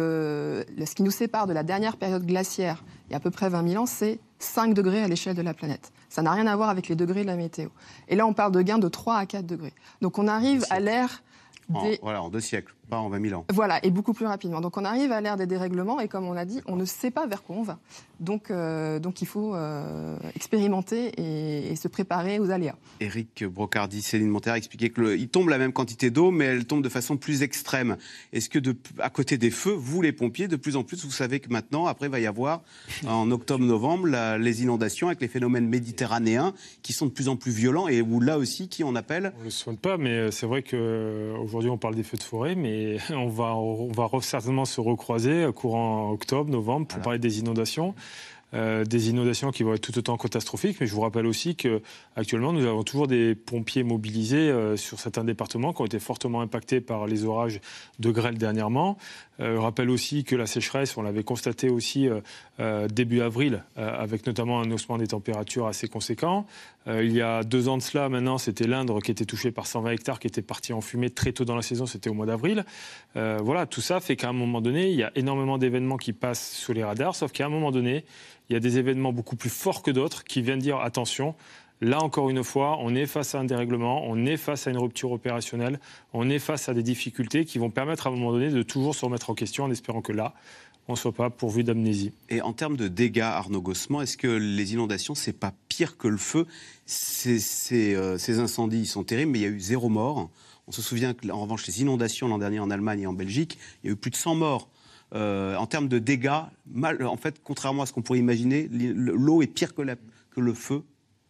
le, le, ce qui nous sépare de la dernière période glaciaire, il y a à peu près vingt mille ans, c'est cinq degrés à l'échelle de la planète. Ça n'a rien à voir avec les degrés de la météo. Et là, on parle de gains de trois à quatre degrés. Donc on arrive à l'ère des... En, voilà, en deux siècles, pas en vingt mille ans. Voilà, et beaucoup plus rapidement. Donc on arrive à l'ère des dérèglements, et comme on l'a dit, on ne sait pas vers quoi on va. Donc, euh, donc il faut euh, expérimenter et, et se préparer aux aléas. Éric Brocardi, Céline Montera expliquait qu'il tombe la même quantité d'eau, mais elle tombe de façon plus extrême. Est-ce que, de, à côté des feux, vous, les pompiers, de plus en plus, vous savez que maintenant, après, il va y avoir, en octobre-novembre, la, les inondations avec les phénomènes méditerranéens qui sont de plus en plus violents, et où là aussi, qui on appelle ? On ne le souhaite pas, mais c'est vrai qu'aujourd'hui, on parle des feux de forêt, mais on va, on va certainement se recroiser courant octobre, novembre, pour voilà. parler des inondations. Euh, des inondations qui vont être tout autant catastrophiques, mais je vous rappelle aussi qu'actuellement, nous avons toujours des pompiers mobilisés euh, sur certains départements qui ont été fortement impactés par les orages de grêle dernièrement. Euh, je rappelle aussi que la sécheresse, on l'avait constaté aussi euh, euh, début avril, euh, avec notamment un haussement des températures assez conséquent. Euh, il y a deux ans de cela, maintenant, c'était l'Indre qui était touché par cent vingt hectares, qui était parti en fumée très tôt dans la saison, c'était au mois d'avril. Euh, voilà, tout ça fait qu'à un moment donné, il y a énormément d'événements qui passent sous les radars, sauf qu'à un moment donné, il y a des événements beaucoup plus forts que d'autres qui viennent dire attention, là encore une fois, on est face à un dérèglement, on est face à une rupture opérationnelle, on est face à des difficultés qui vont permettre à un moment donné de toujours se remettre en question en espérant que là, on ne soit pas pourvu d'amnésie. Et en termes de dégâts, Arnaud Gossement, est-ce que les inondations, c'est pas pire que le feu ? Ces, ces, euh, ces incendies, ils sont terribles, mais il y a eu zéro mort. On se souvient qu'en revanche, les inondations l'an dernier en Allemagne et en Belgique, il y a eu plus de cent morts. Euh, en termes de dégâts, mal, en fait, contrairement à ce qu'on pourrait imaginer, l'eau est pire que, la, que le feu.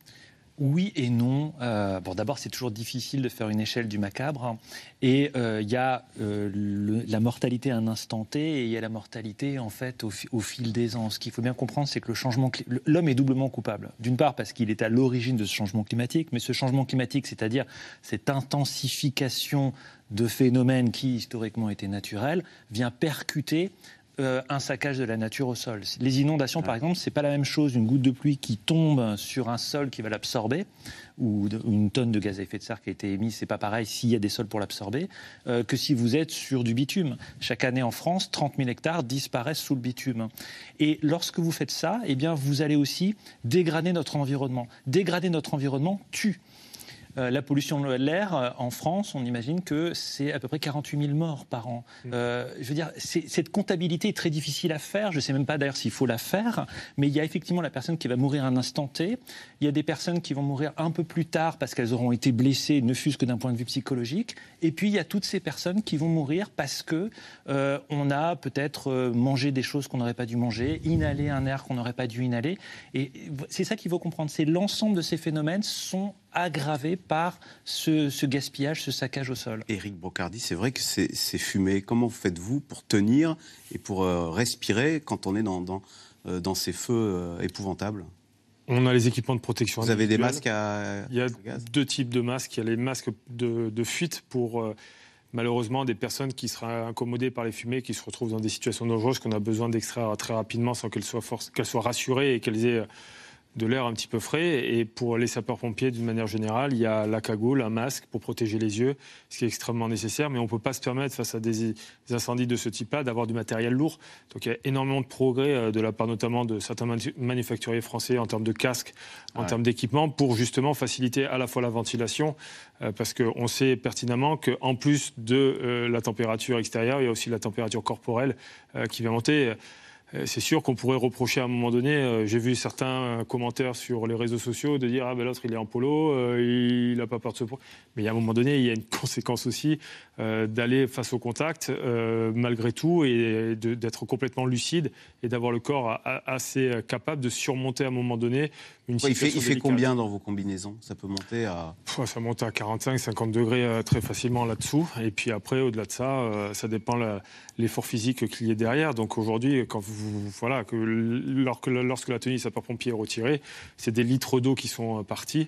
Oui et non. Euh, bon, d'abord, c'est toujours difficile de faire une échelle du macabre. Hein. Et il euh, y a euh, le, la mortalité à un instant T et il y a la mortalité en fait au, au fil des ans. Ce qu'il faut bien comprendre, c'est que le changement, l'homme est doublement coupable. D'une part, parce qu'il est à l'origine de ce changement climatique, mais ce changement climatique, c'est-à-dire cette intensification de phénomènes qui historiquement étaient naturels, vient percuter Euh, un saccage de la nature au sol. Les inondations, par exemple, c'est pas la même chose une goutte de pluie qui tombe sur un sol qui va l'absorber, ou de, une tonne de gaz à effet de serre qui a été émise, c'est pas pareil s'il y a des sols pour l'absorber, euh, que si vous êtes sur du bitume. Chaque année en France, trente mille hectares disparaissent sous le bitume. Et lorsque vous faites ça, eh bien, vous allez aussi dégrader notre environnement. Dégrader notre environnement tue. Euh, la pollution de l'air, euh, en France, on imagine que c'est à peu près quarante-huit mille morts par an. Euh, je veux dire, cette comptabilité est très difficile à faire. Je ne sais même pas d'ailleurs s'il faut la faire. Mais il y a effectivement la personne qui va mourir à un instant T. Il y a des personnes qui vont mourir un peu plus tard parce qu'elles auront été blessées, ne fût-ce que d'un point de vue psychologique. Et puis, il y a toutes ces personnes qui vont mourir parce qu'on euh, a peut-être euh, mangé des choses qu'on n'aurait pas dû manger, inhalé un air qu'on n'aurait pas dû inhaler. Et c'est ça qu'il faut comprendre. C'est l'ensemble de ces phénomènes sont aggravés par ce, ce gaspillage, ce saccage au sol. Éric Brocardi, c'est vrai que c'est, c'est fumé. Comment faites-vous pour tenir et pour euh, respirer quand on est dans, dans, euh, dans ces feux euh, épouvantables ? On a les équipements de protection. Vous avez des masques à Il y a gaz. deux types de masques. Il y a les masques de, de fuite pour, euh, malheureusement, des personnes qui seraient incommodées par les fumées, qui se retrouvent dans des situations dangereuses qu'on a besoin d'extraire très rapidement sans qu'elles soient, force, qu'elles soient rassurées et qu'elles aient de l'air un petit peu frais. Et pour les sapeurs-pompiers, d'une manière générale, il y a la cagoule, un masque pour protéger les yeux, ce qui est extrêmement nécessaire. Mais on ne peut pas se permettre, face à des, des incendies de ce type-là, d'avoir du matériel lourd. Donc il y a énormément de progrès de la part notamment de certains manu- manufacturiers français en termes de casques, en ouais. termes d'équipement, pour justement faciliter à la fois la ventilation, euh, parce qu'on sait pertinemment qu'en plus de euh, la température extérieure, il y a aussi la température corporelle euh, qui va monter. C'est sûr qu'on pourrait reprocher à un moment donné, euh, j'ai vu certains commentaires sur les réseaux sociaux de dire ah ben l'autre il est en polo, euh, il n'a pas peur de se prendre. Mais il y a un moment donné, il y a une conséquence aussi euh, d'aller face au contact euh, malgré tout et de, d'être complètement lucide et d'avoir le corps a, a, assez capable de surmonter à un moment donné une ouais, situation. Il fait, il fait combien dans vos combinaisons ? Ça peut monter à... Pff, ça monte à quarante-cinq, cinquante degrés euh, très facilement là-dessous. Et puis après, au-delà de ça, euh, ça dépend la, l'effort physique qu'il y ait derrière. Donc aujourd'hui, quand vous voilà, que lorsque, lorsque la tenue sapeur-pompier est retirée, c'est des litres d'eau qui sont partis.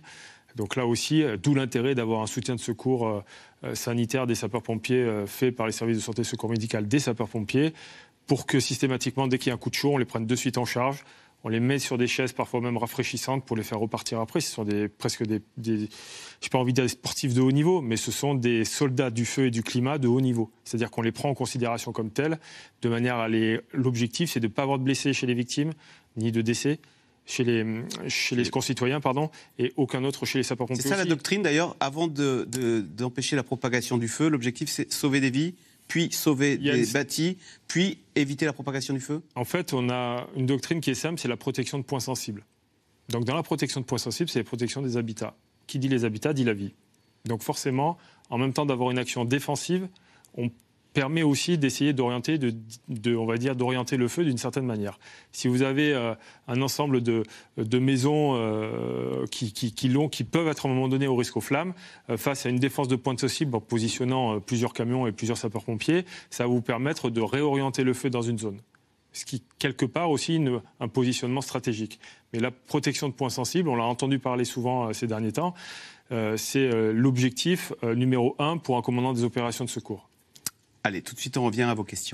Donc là aussi, d'où l'intérêt d'avoir un soutien de secours euh, sanitaire des sapeurs-pompiers euh, fait par les services de santé et secours médical des sapeurs-pompiers, pour que systématiquement, dès qu'il y a un coup de chaud, on les prenne de suite en charge. On les met sur des chaises parfois même rafraîchissantes pour les faire repartir après. Ce sont des, presque des, des je n'ai pas envie de dire des sportifs de haut niveau, mais ce sont des soldats du feu et du climat de haut niveau. C'est-à-dire qu'on les prend en considération comme tels, de manière à les... L'objectif, c'est de ne pas avoir de blessés chez les victimes, ni de décès chez les, chez les concitoyens, pardon, et aucun autre chez les sapeurs-pompiers. C'est ça aussi. la doctrine d'ailleurs, avant de, de, d'empêcher la propagation du feu, l'objectif c'est sauver des vies, puis sauver des une... bâtis, puis éviter la propagation du feu? En fait, on a une doctrine qui est simple, c'est la protection de points sensibles. Donc dans la protection de points sensibles, c'est la protection des habitats. Qui dit les habitats, dit la vie. Donc forcément, en même temps d'avoir une action défensive, on permet aussi d'essayer d'orienter, de, de, on va dire, d'orienter le feu d'une certaine manière. Si vous avez euh, un ensemble de, de maisons euh, qui, qui, qui, l'ont, qui peuvent être à un moment donné au risque aux flammes, euh, face à une défense de pointe sensible en positionnant euh, plusieurs camions et plusieurs sapeurs-pompiers, ça va vous permettre de réorienter le feu dans une zone. Ce qui, quelque part, aussi une, un positionnement stratégique. Mais la protection de points sensibles, on l'a entendu parler souvent euh, ces derniers temps, euh, c'est euh, l'objectif euh, numéro un pour un commandant des opérations de secours. Allez, tout de suite, on revient à vos questions.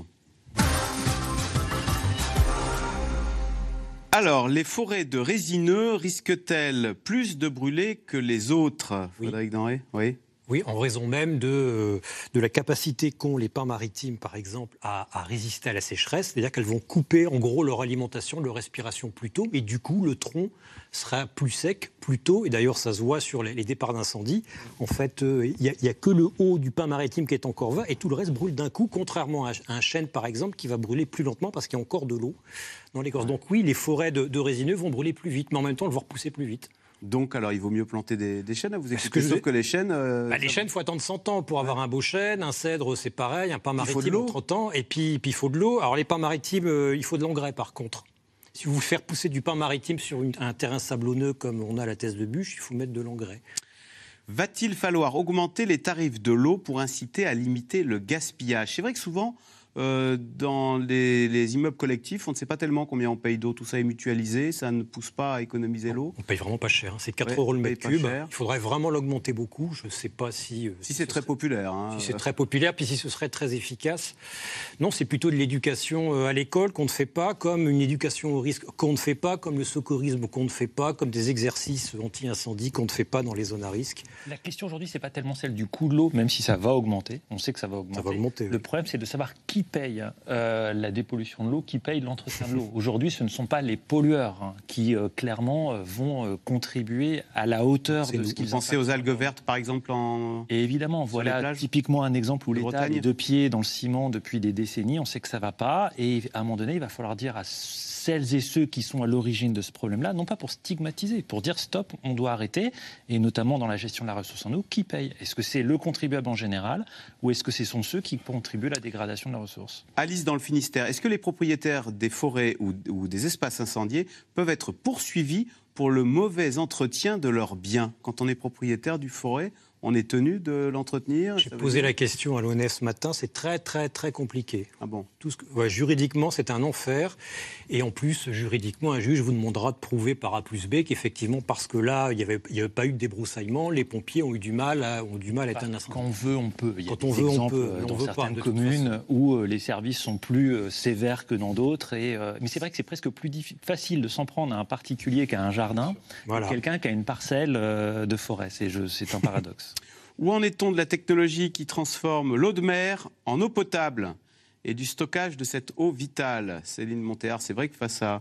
Alors, les forêts de résineux risquent-elles plus de brûler que les autres, oui. Frédéric Denré? Oui. Oui, en raison même de, de la capacité qu'ont les pins maritimes, par exemple, à, à résister à la sécheresse. C'est-à-dire qu'elles vont couper, en gros, leur alimentation, leur respiration plus tôt. Et du coup, le tronc sera plus sec plus tôt. Et d'ailleurs, ça se voit sur les, les départs d'incendie. En fait, il euh, n'y a, a que le haut du pin maritime qui est encore vert et tout le reste brûle d'un coup, contrairement à un chêne, par exemple, qui va brûler plus lentement parce qu'il y a encore de l'eau dans l'écorce. Donc oui, les forêts de, de résineux vont brûler plus vite, mais en même temps, elles vont repousser plus vite. Donc, alors, il vaut mieux planter des, des chênes, vous expliquez, sauf que les chênes... Euh, bah, les chênes, il faut attendre cent ans pour avoir ouais. un beau chêne. Un cèdre, c'est pareil. Un pin maritime, trente ans. Et puis, puis, il faut de l'eau. Alors, les pins maritimes, euh, il faut de l'engrais, par contre. Si vous voulez faire pousser du pin maritime sur une, un terrain sablonneux, comme on a la Thèse de Bûche, il faut mettre de l'engrais. Va-t-il falloir augmenter les tarifs de l'eau pour inciter à limiter le gaspillage? C'est vrai que souvent... Euh, dans les, les immeubles collectifs, on ne sait pas tellement combien on paye d'eau. Tout ça est mutualisé, ça ne pousse pas à économiser l'eau. On paye vraiment pas cher. Hein. C'est quatre ouais, euros le mètre cube. Il faudrait vraiment l'augmenter beaucoup. Je ne sais pas si... Euh, si, si c'est très serait, populaire. Hein. Si c'est très populaire, puis si ce serait très efficace. Non, c'est plutôt de l'éducation euh, à l'école qu'on ne fait pas, comme une éducation au risque qu'on ne fait pas, comme le secourisme qu'on ne fait pas, comme des exercices anti-incendie qu'on ne fait pas dans les zones à risque. La question aujourd'hui, ce n'est pas tellement celle du coût de l'eau, même si ça va augmenter. On sait que ça va augmenter. Ça va augmenter le oui. problème, c'est de savoir qui paye euh, la dépollution de l'eau, qui paye l'entretien de l'eau. Aujourd'hui, ce ne sont pas les pollueurs hein, qui, euh, clairement, euh, vont euh, contribuer à la hauteur de ce qu'ils Vous pensez aux algues vertes, par exemple, en... Et évidemment, voilà typiquement un exemple où l'État a les deux pieds dans le ciment depuis des décennies. On sait que ça ne va pas. Et à un moment donné, il va falloir dire à celles et ceux qui sont à l'origine de ce problème-là, non pas pour stigmatiser, pour dire stop, on doit arrêter, et notamment dans la gestion de la ressource en eau, qui paye? Est-ce que c'est le contribuable en général, ou est-ce que ce sont ceux qui contribuent à la dégradation de la ressource? Alice, dans le Finistère, est-ce que les propriétaires des forêts ou, ou des espaces incendiés peuvent être poursuivis pour le mauvais entretien de leurs biens? Quand on est propriétaire du forêt, on est tenu de l'entretenir? J'ai posé la question à l'O N S ce matin, c'est très très très compliqué. Ah bon? Tout ce que, ouais, juridiquement, c'est un enfer. Et en plus, juridiquement, un juge vous demandera de prouver par A plus B qu'effectivement, parce que là, il n'y avait, avait pas eu de débroussaillement, les pompiers ont eu du mal à, ont du mal à éteindre l'incendie. Quand on veut, on peut. Il y a Quand des on veut, exemples on peut. dans on veut certaines pas, communes où les services sont plus sévères que dans d'autres. Et, euh, mais c'est vrai que c'est presque plus diffi- facile de s'en prendre à un particulier qu'à un jardin, voilà. Quelqu'un qui a une parcelle euh, de forêt. C'est, je, c'est un paradoxe. Où en est-on de la technologie qui transforme l'eau de mer en eau potable et du stockage de cette eau vitale? Céline Montéard, c'est vrai que face à...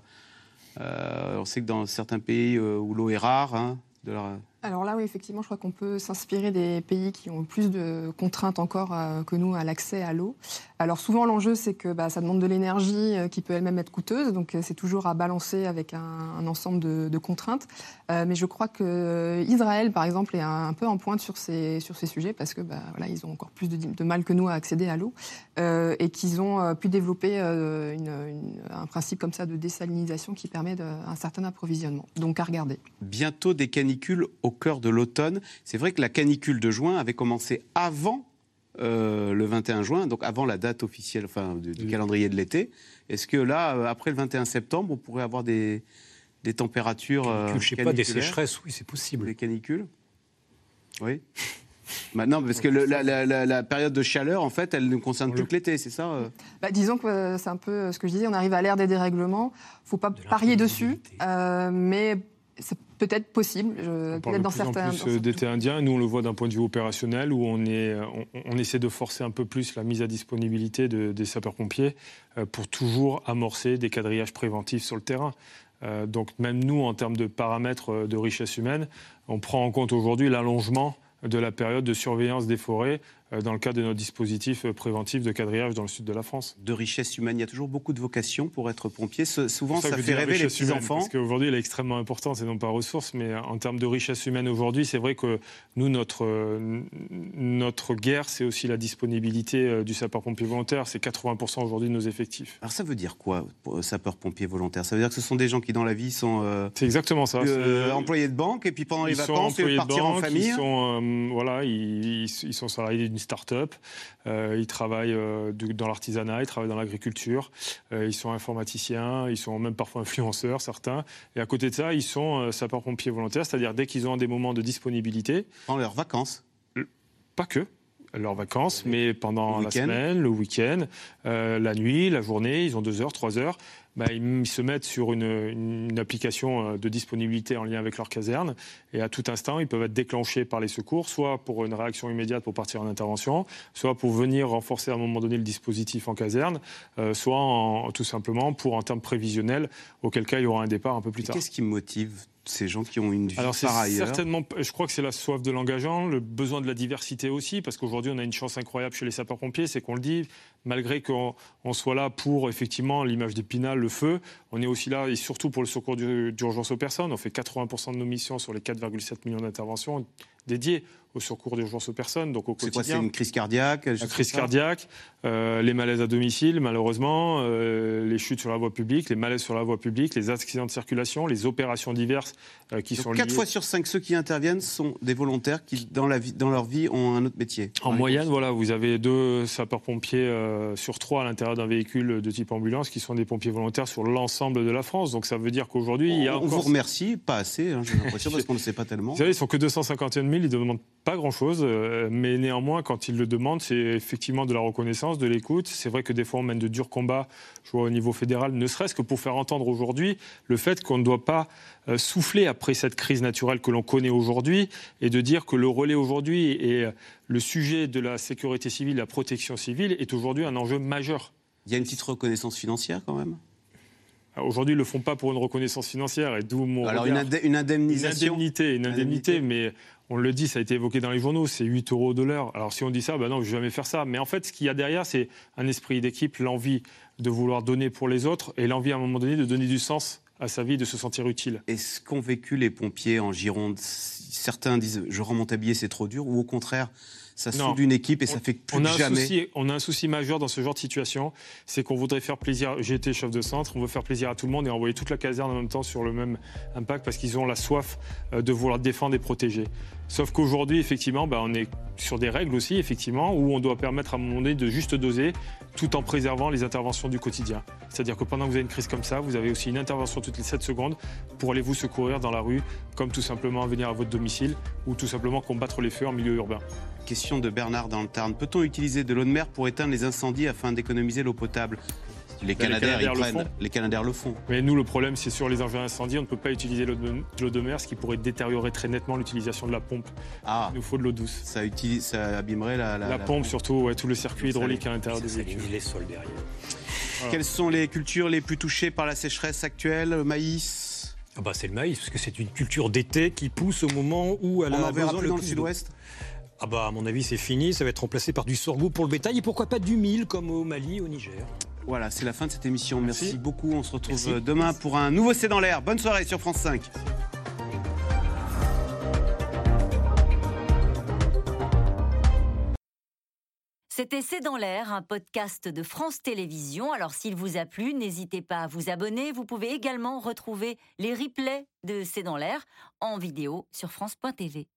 Euh, on sait que dans certains pays euh, où l'eau est rare... Hein, de la... Alors là, oui, effectivement, je crois qu'on peut s'inspirer des pays qui ont plus de contraintes encore euh, que nous à l'accès à l'eau. Alors souvent, l'enjeu, c'est que bah, ça demande de l'énergie euh, qui peut elle-même être coûteuse, donc euh, c'est toujours à balancer avec un, un ensemble de, de contraintes. Euh, mais je crois que Israël, par exemple, est un, un peu en pointe sur ces, sur ces sujets parce que bah, voilà, ils ont encore plus de, de mal que nous à accéder à l'eau euh, et qu'ils ont euh, pu développer euh, une, une, un principe comme ça de désalinisation qui permet de, un certain approvisionnement. Donc à regarder. Bientôt des canicules au cœur de l'automne. C'est vrai que la canicule de juin avait commencé avant euh, le vingt et un juin, donc avant la date officielle, enfin, du, du calendrier de l'été. Est-ce que là, euh, après le vingt et un septembre, on pourrait avoir des, des températures euh, je sais pas, des sécheresses, oui, c'est possible. Des canicules? Oui. Bah non, parce que le, la, la, la, la période de chaleur, en fait, elle ne concerne plus que l'été, c'est ça euh bah, Disons que euh, c'est un peu ce que je disais, on arrive à l'ère des dérèglements, il ne faut pas parier dessus, euh, mais c'est peut-être possible, je, peut-être dans certains... On parle de plus en plus d'été indien, nous on le voit d'un point de vue opérationnel, où on, est, on, on essaie de forcer un peu plus la mise à disponibilité de, des sapeurs-pompiers euh, pour toujours amorcer des quadrillages préventifs sur le terrain. Euh, donc même nous, en termes de paramètres de richesse humaine, on prend en compte aujourd'hui l'allongement de la période de surveillance des forêts euh, dans le cadre de notre dispositif préventif de quadrillage dans le sud de la France. De richesse humaine, il y a toujours beaucoup de vocations pour être pompier. Ce, souvent, ça, ça fait rêver les petits-enfants. Parce qu'aujourd'hui, elle est extrêmement importante, c'est non pas ressource, mais en termes de richesse humaine aujourd'hui, c'est vrai que nous, notre, euh, notre guerre, c'est aussi la disponibilité euh, du sapeur-pompier volontaire. C'est quatre-vingts pour cent aujourd'hui de nos effectifs. Alors ça veut dire quoi, sapeur-pompier volontaire? Ça veut dire que ce sont des gens qui, dans la vie, sont euh, c'est exactement ça. Euh, employés de banque, et puis pendant ils les vacances, ils veulent partir banque, en famille. Ils sont, euh, voilà, ils, ils sont salariés d'une start-up. Euh, ils travaillent euh, dans l'artisanat, ils travaillent dans l'agriculture, euh, ils sont informaticiens, ils sont même parfois influenceurs, certains. Et à côté de ça, ils sont euh, sapeurs-pompiers volontaires, c'est-à-dire dès qu'ils ont des moments de disponibilité. Pendant leurs vacances. Pas que. Leurs vacances, mais pendant la semaine, le week-end, euh, la nuit, la journée, ils ont deux heures, trois heures. Bah, ils se mettent sur une, une application de disponibilité en lien avec leur caserne et à tout instant, ils peuvent être déclenchés par les secours, soit pour une réaction immédiate pour partir en intervention, soit pour venir renforcer à un moment donné le dispositif en caserne, euh, soit en, tout simplement pour en termes prévisionnels, auquel cas il y aura un départ un peu plus tard. Qu'est-ce qui motive ces gens qui ont une vie Alors, par ailleurs? Certainement, je crois que c'est la soif de l'engagement, le besoin de la diversité aussi, parce qu'aujourd'hui, on a une chance incroyable chez les sapeurs-pompiers, c'est qu'on le dit, malgré qu'on on soit là pour, effectivement, l'image d'Épinal, le feu, on est aussi là, et surtout pour le secours d'urgence aux personnes. On fait quatre-vingts pour cent de nos missions sur les quatre virgule sept millions d'interventions dédiées au secours d'urgence aux personnes, donc au quotidien. C'est quoi, c'est une crise cardiaque? La crise cardiaque, euh, les malaises à domicile, malheureusement, euh, les chutes sur la voie publique, les malaises sur la voie publique, les accidents de circulation, les opérations diverses euh, qui donc sont liées. quatre fois sur cinq, ceux qui interviennent sont des volontaires qui, dans, la vie, dans leur vie, ont un autre métier. En moyenne, voilà, vous avez deux sapeurs-pompiers euh, sur trois à l'intérieur d'un véhicule de type ambulance qui sont des pompiers volontaires sur l'ensemble de la France. Donc ça veut dire qu'aujourd'hui, il y a on encore... vous remercie, pas assez, hein, j'ai l'impression, parce qu'on ne sait pas tellement. Vous savez, ils sont que deux cent cinquante et un mille, ils ne demandent pas grand-chose, euh, mais néanmoins, quand ils le demandent, c'est effectivement de la reconnaissance, de l'écoute. C'est vrai que des fois, on mène de durs combats, je vois au niveau fédéral, ne serait-ce que pour faire entendre aujourd'hui le fait qu'on ne doit pas euh, souffler après cette crise naturelle que l'on connaît aujourd'hui, et de dire que le relais aujourd'hui et le sujet de la sécurité civile, la protection civile, est aujourd'hui un enjeu majeur. Il y a une petite reconnaissance financière quand même? Aujourd'hui, ils ne le font pas pour une reconnaissance financière, et d'où mon Alors regard. Une, indé- une indemnisation. Une indemnité, une indemnité, mais on le dit, ça a été évoqué dans les journaux, c'est huit euros de l'heure. Alors si on dit ça, ben non, je ne vais jamais faire ça. Mais en fait, ce qu'il y a derrière, c'est un esprit d'équipe, l'envie de vouloir donner pour les autres, et l'envie à un moment donné de donner du sens à sa vie, de se sentir utile. Est-ce qu'ont vécu les pompiers en Gironde? Certains disent « je rends mon tablier, c'est trop dur », ou au contraire, ça soude une équipe et ça fait que plus on a que jamais. Souci, on a un souci majeur dans ce genre de situation, c'est qu'on voudrait faire plaisir. J'ai été chef de centre, on veut faire plaisir à tout le monde et envoyer toute la caserne en même temps sur le même impact parce qu'ils ont la soif de vouloir défendre et protéger. Sauf qu'aujourd'hui, effectivement, bah, on est sur des règles aussi, effectivement, où on doit permettre à un moment donné de juste doser tout en préservant les interventions du quotidien. C'est-à-dire que pendant que vous avez une crise comme ça, vous avez aussi une intervention toutes les sept secondes pour aller vous secourir dans la rue, comme tout simplement venir à votre domicile ou tout simplement combattre les feux en milieu urbain. Question de Bernard dans le Tarn. Peut-on utiliser de l'eau de mer pour éteindre les incendies afin d'économiser l'eau potable? Les Canadaires, ils prennent, les Canadaires le font. Mais nous, le problème, c'est sur les engins d'incendie, on ne peut pas utiliser l'eau de, l'eau de mer, ce qui pourrait détériorer très nettement l'utilisation de la pompe. Ah. Il nous faut de l'eau douce. Ça, utilise, ça abîmerait la, la, la, la pompe, pompe, surtout, ouais, tout le circuit hydraulique à l'intérieur des véhicules. les sols derrière. Voilà. Quelles sont les cultures les plus touchées par la sécheresse actuelle? Le maïs? Ah bah, c'est le maïs, parce que c'est une culture d'été qui pousse au moment où elle on a en verra besoin plus le dans plus le sud-ouest. Ah bah à mon avis c'est fini, ça va être remplacé par du sorgho pour le bétail et pourquoi pas du mil comme au Mali, au Niger. Voilà, c'est la fin de cette émission. Merci, Merci beaucoup. On se retrouve Merci. demain pour un nouveau C'est dans l'air. Bonne soirée sur France cinq. C'était C'est dans l'air, un podcast de France Télévisions. Alors s'il vous a plu, n'hésitez pas à vous abonner. Vous pouvez également retrouver les replays de C'est dans l'air en vidéo sur France point T V.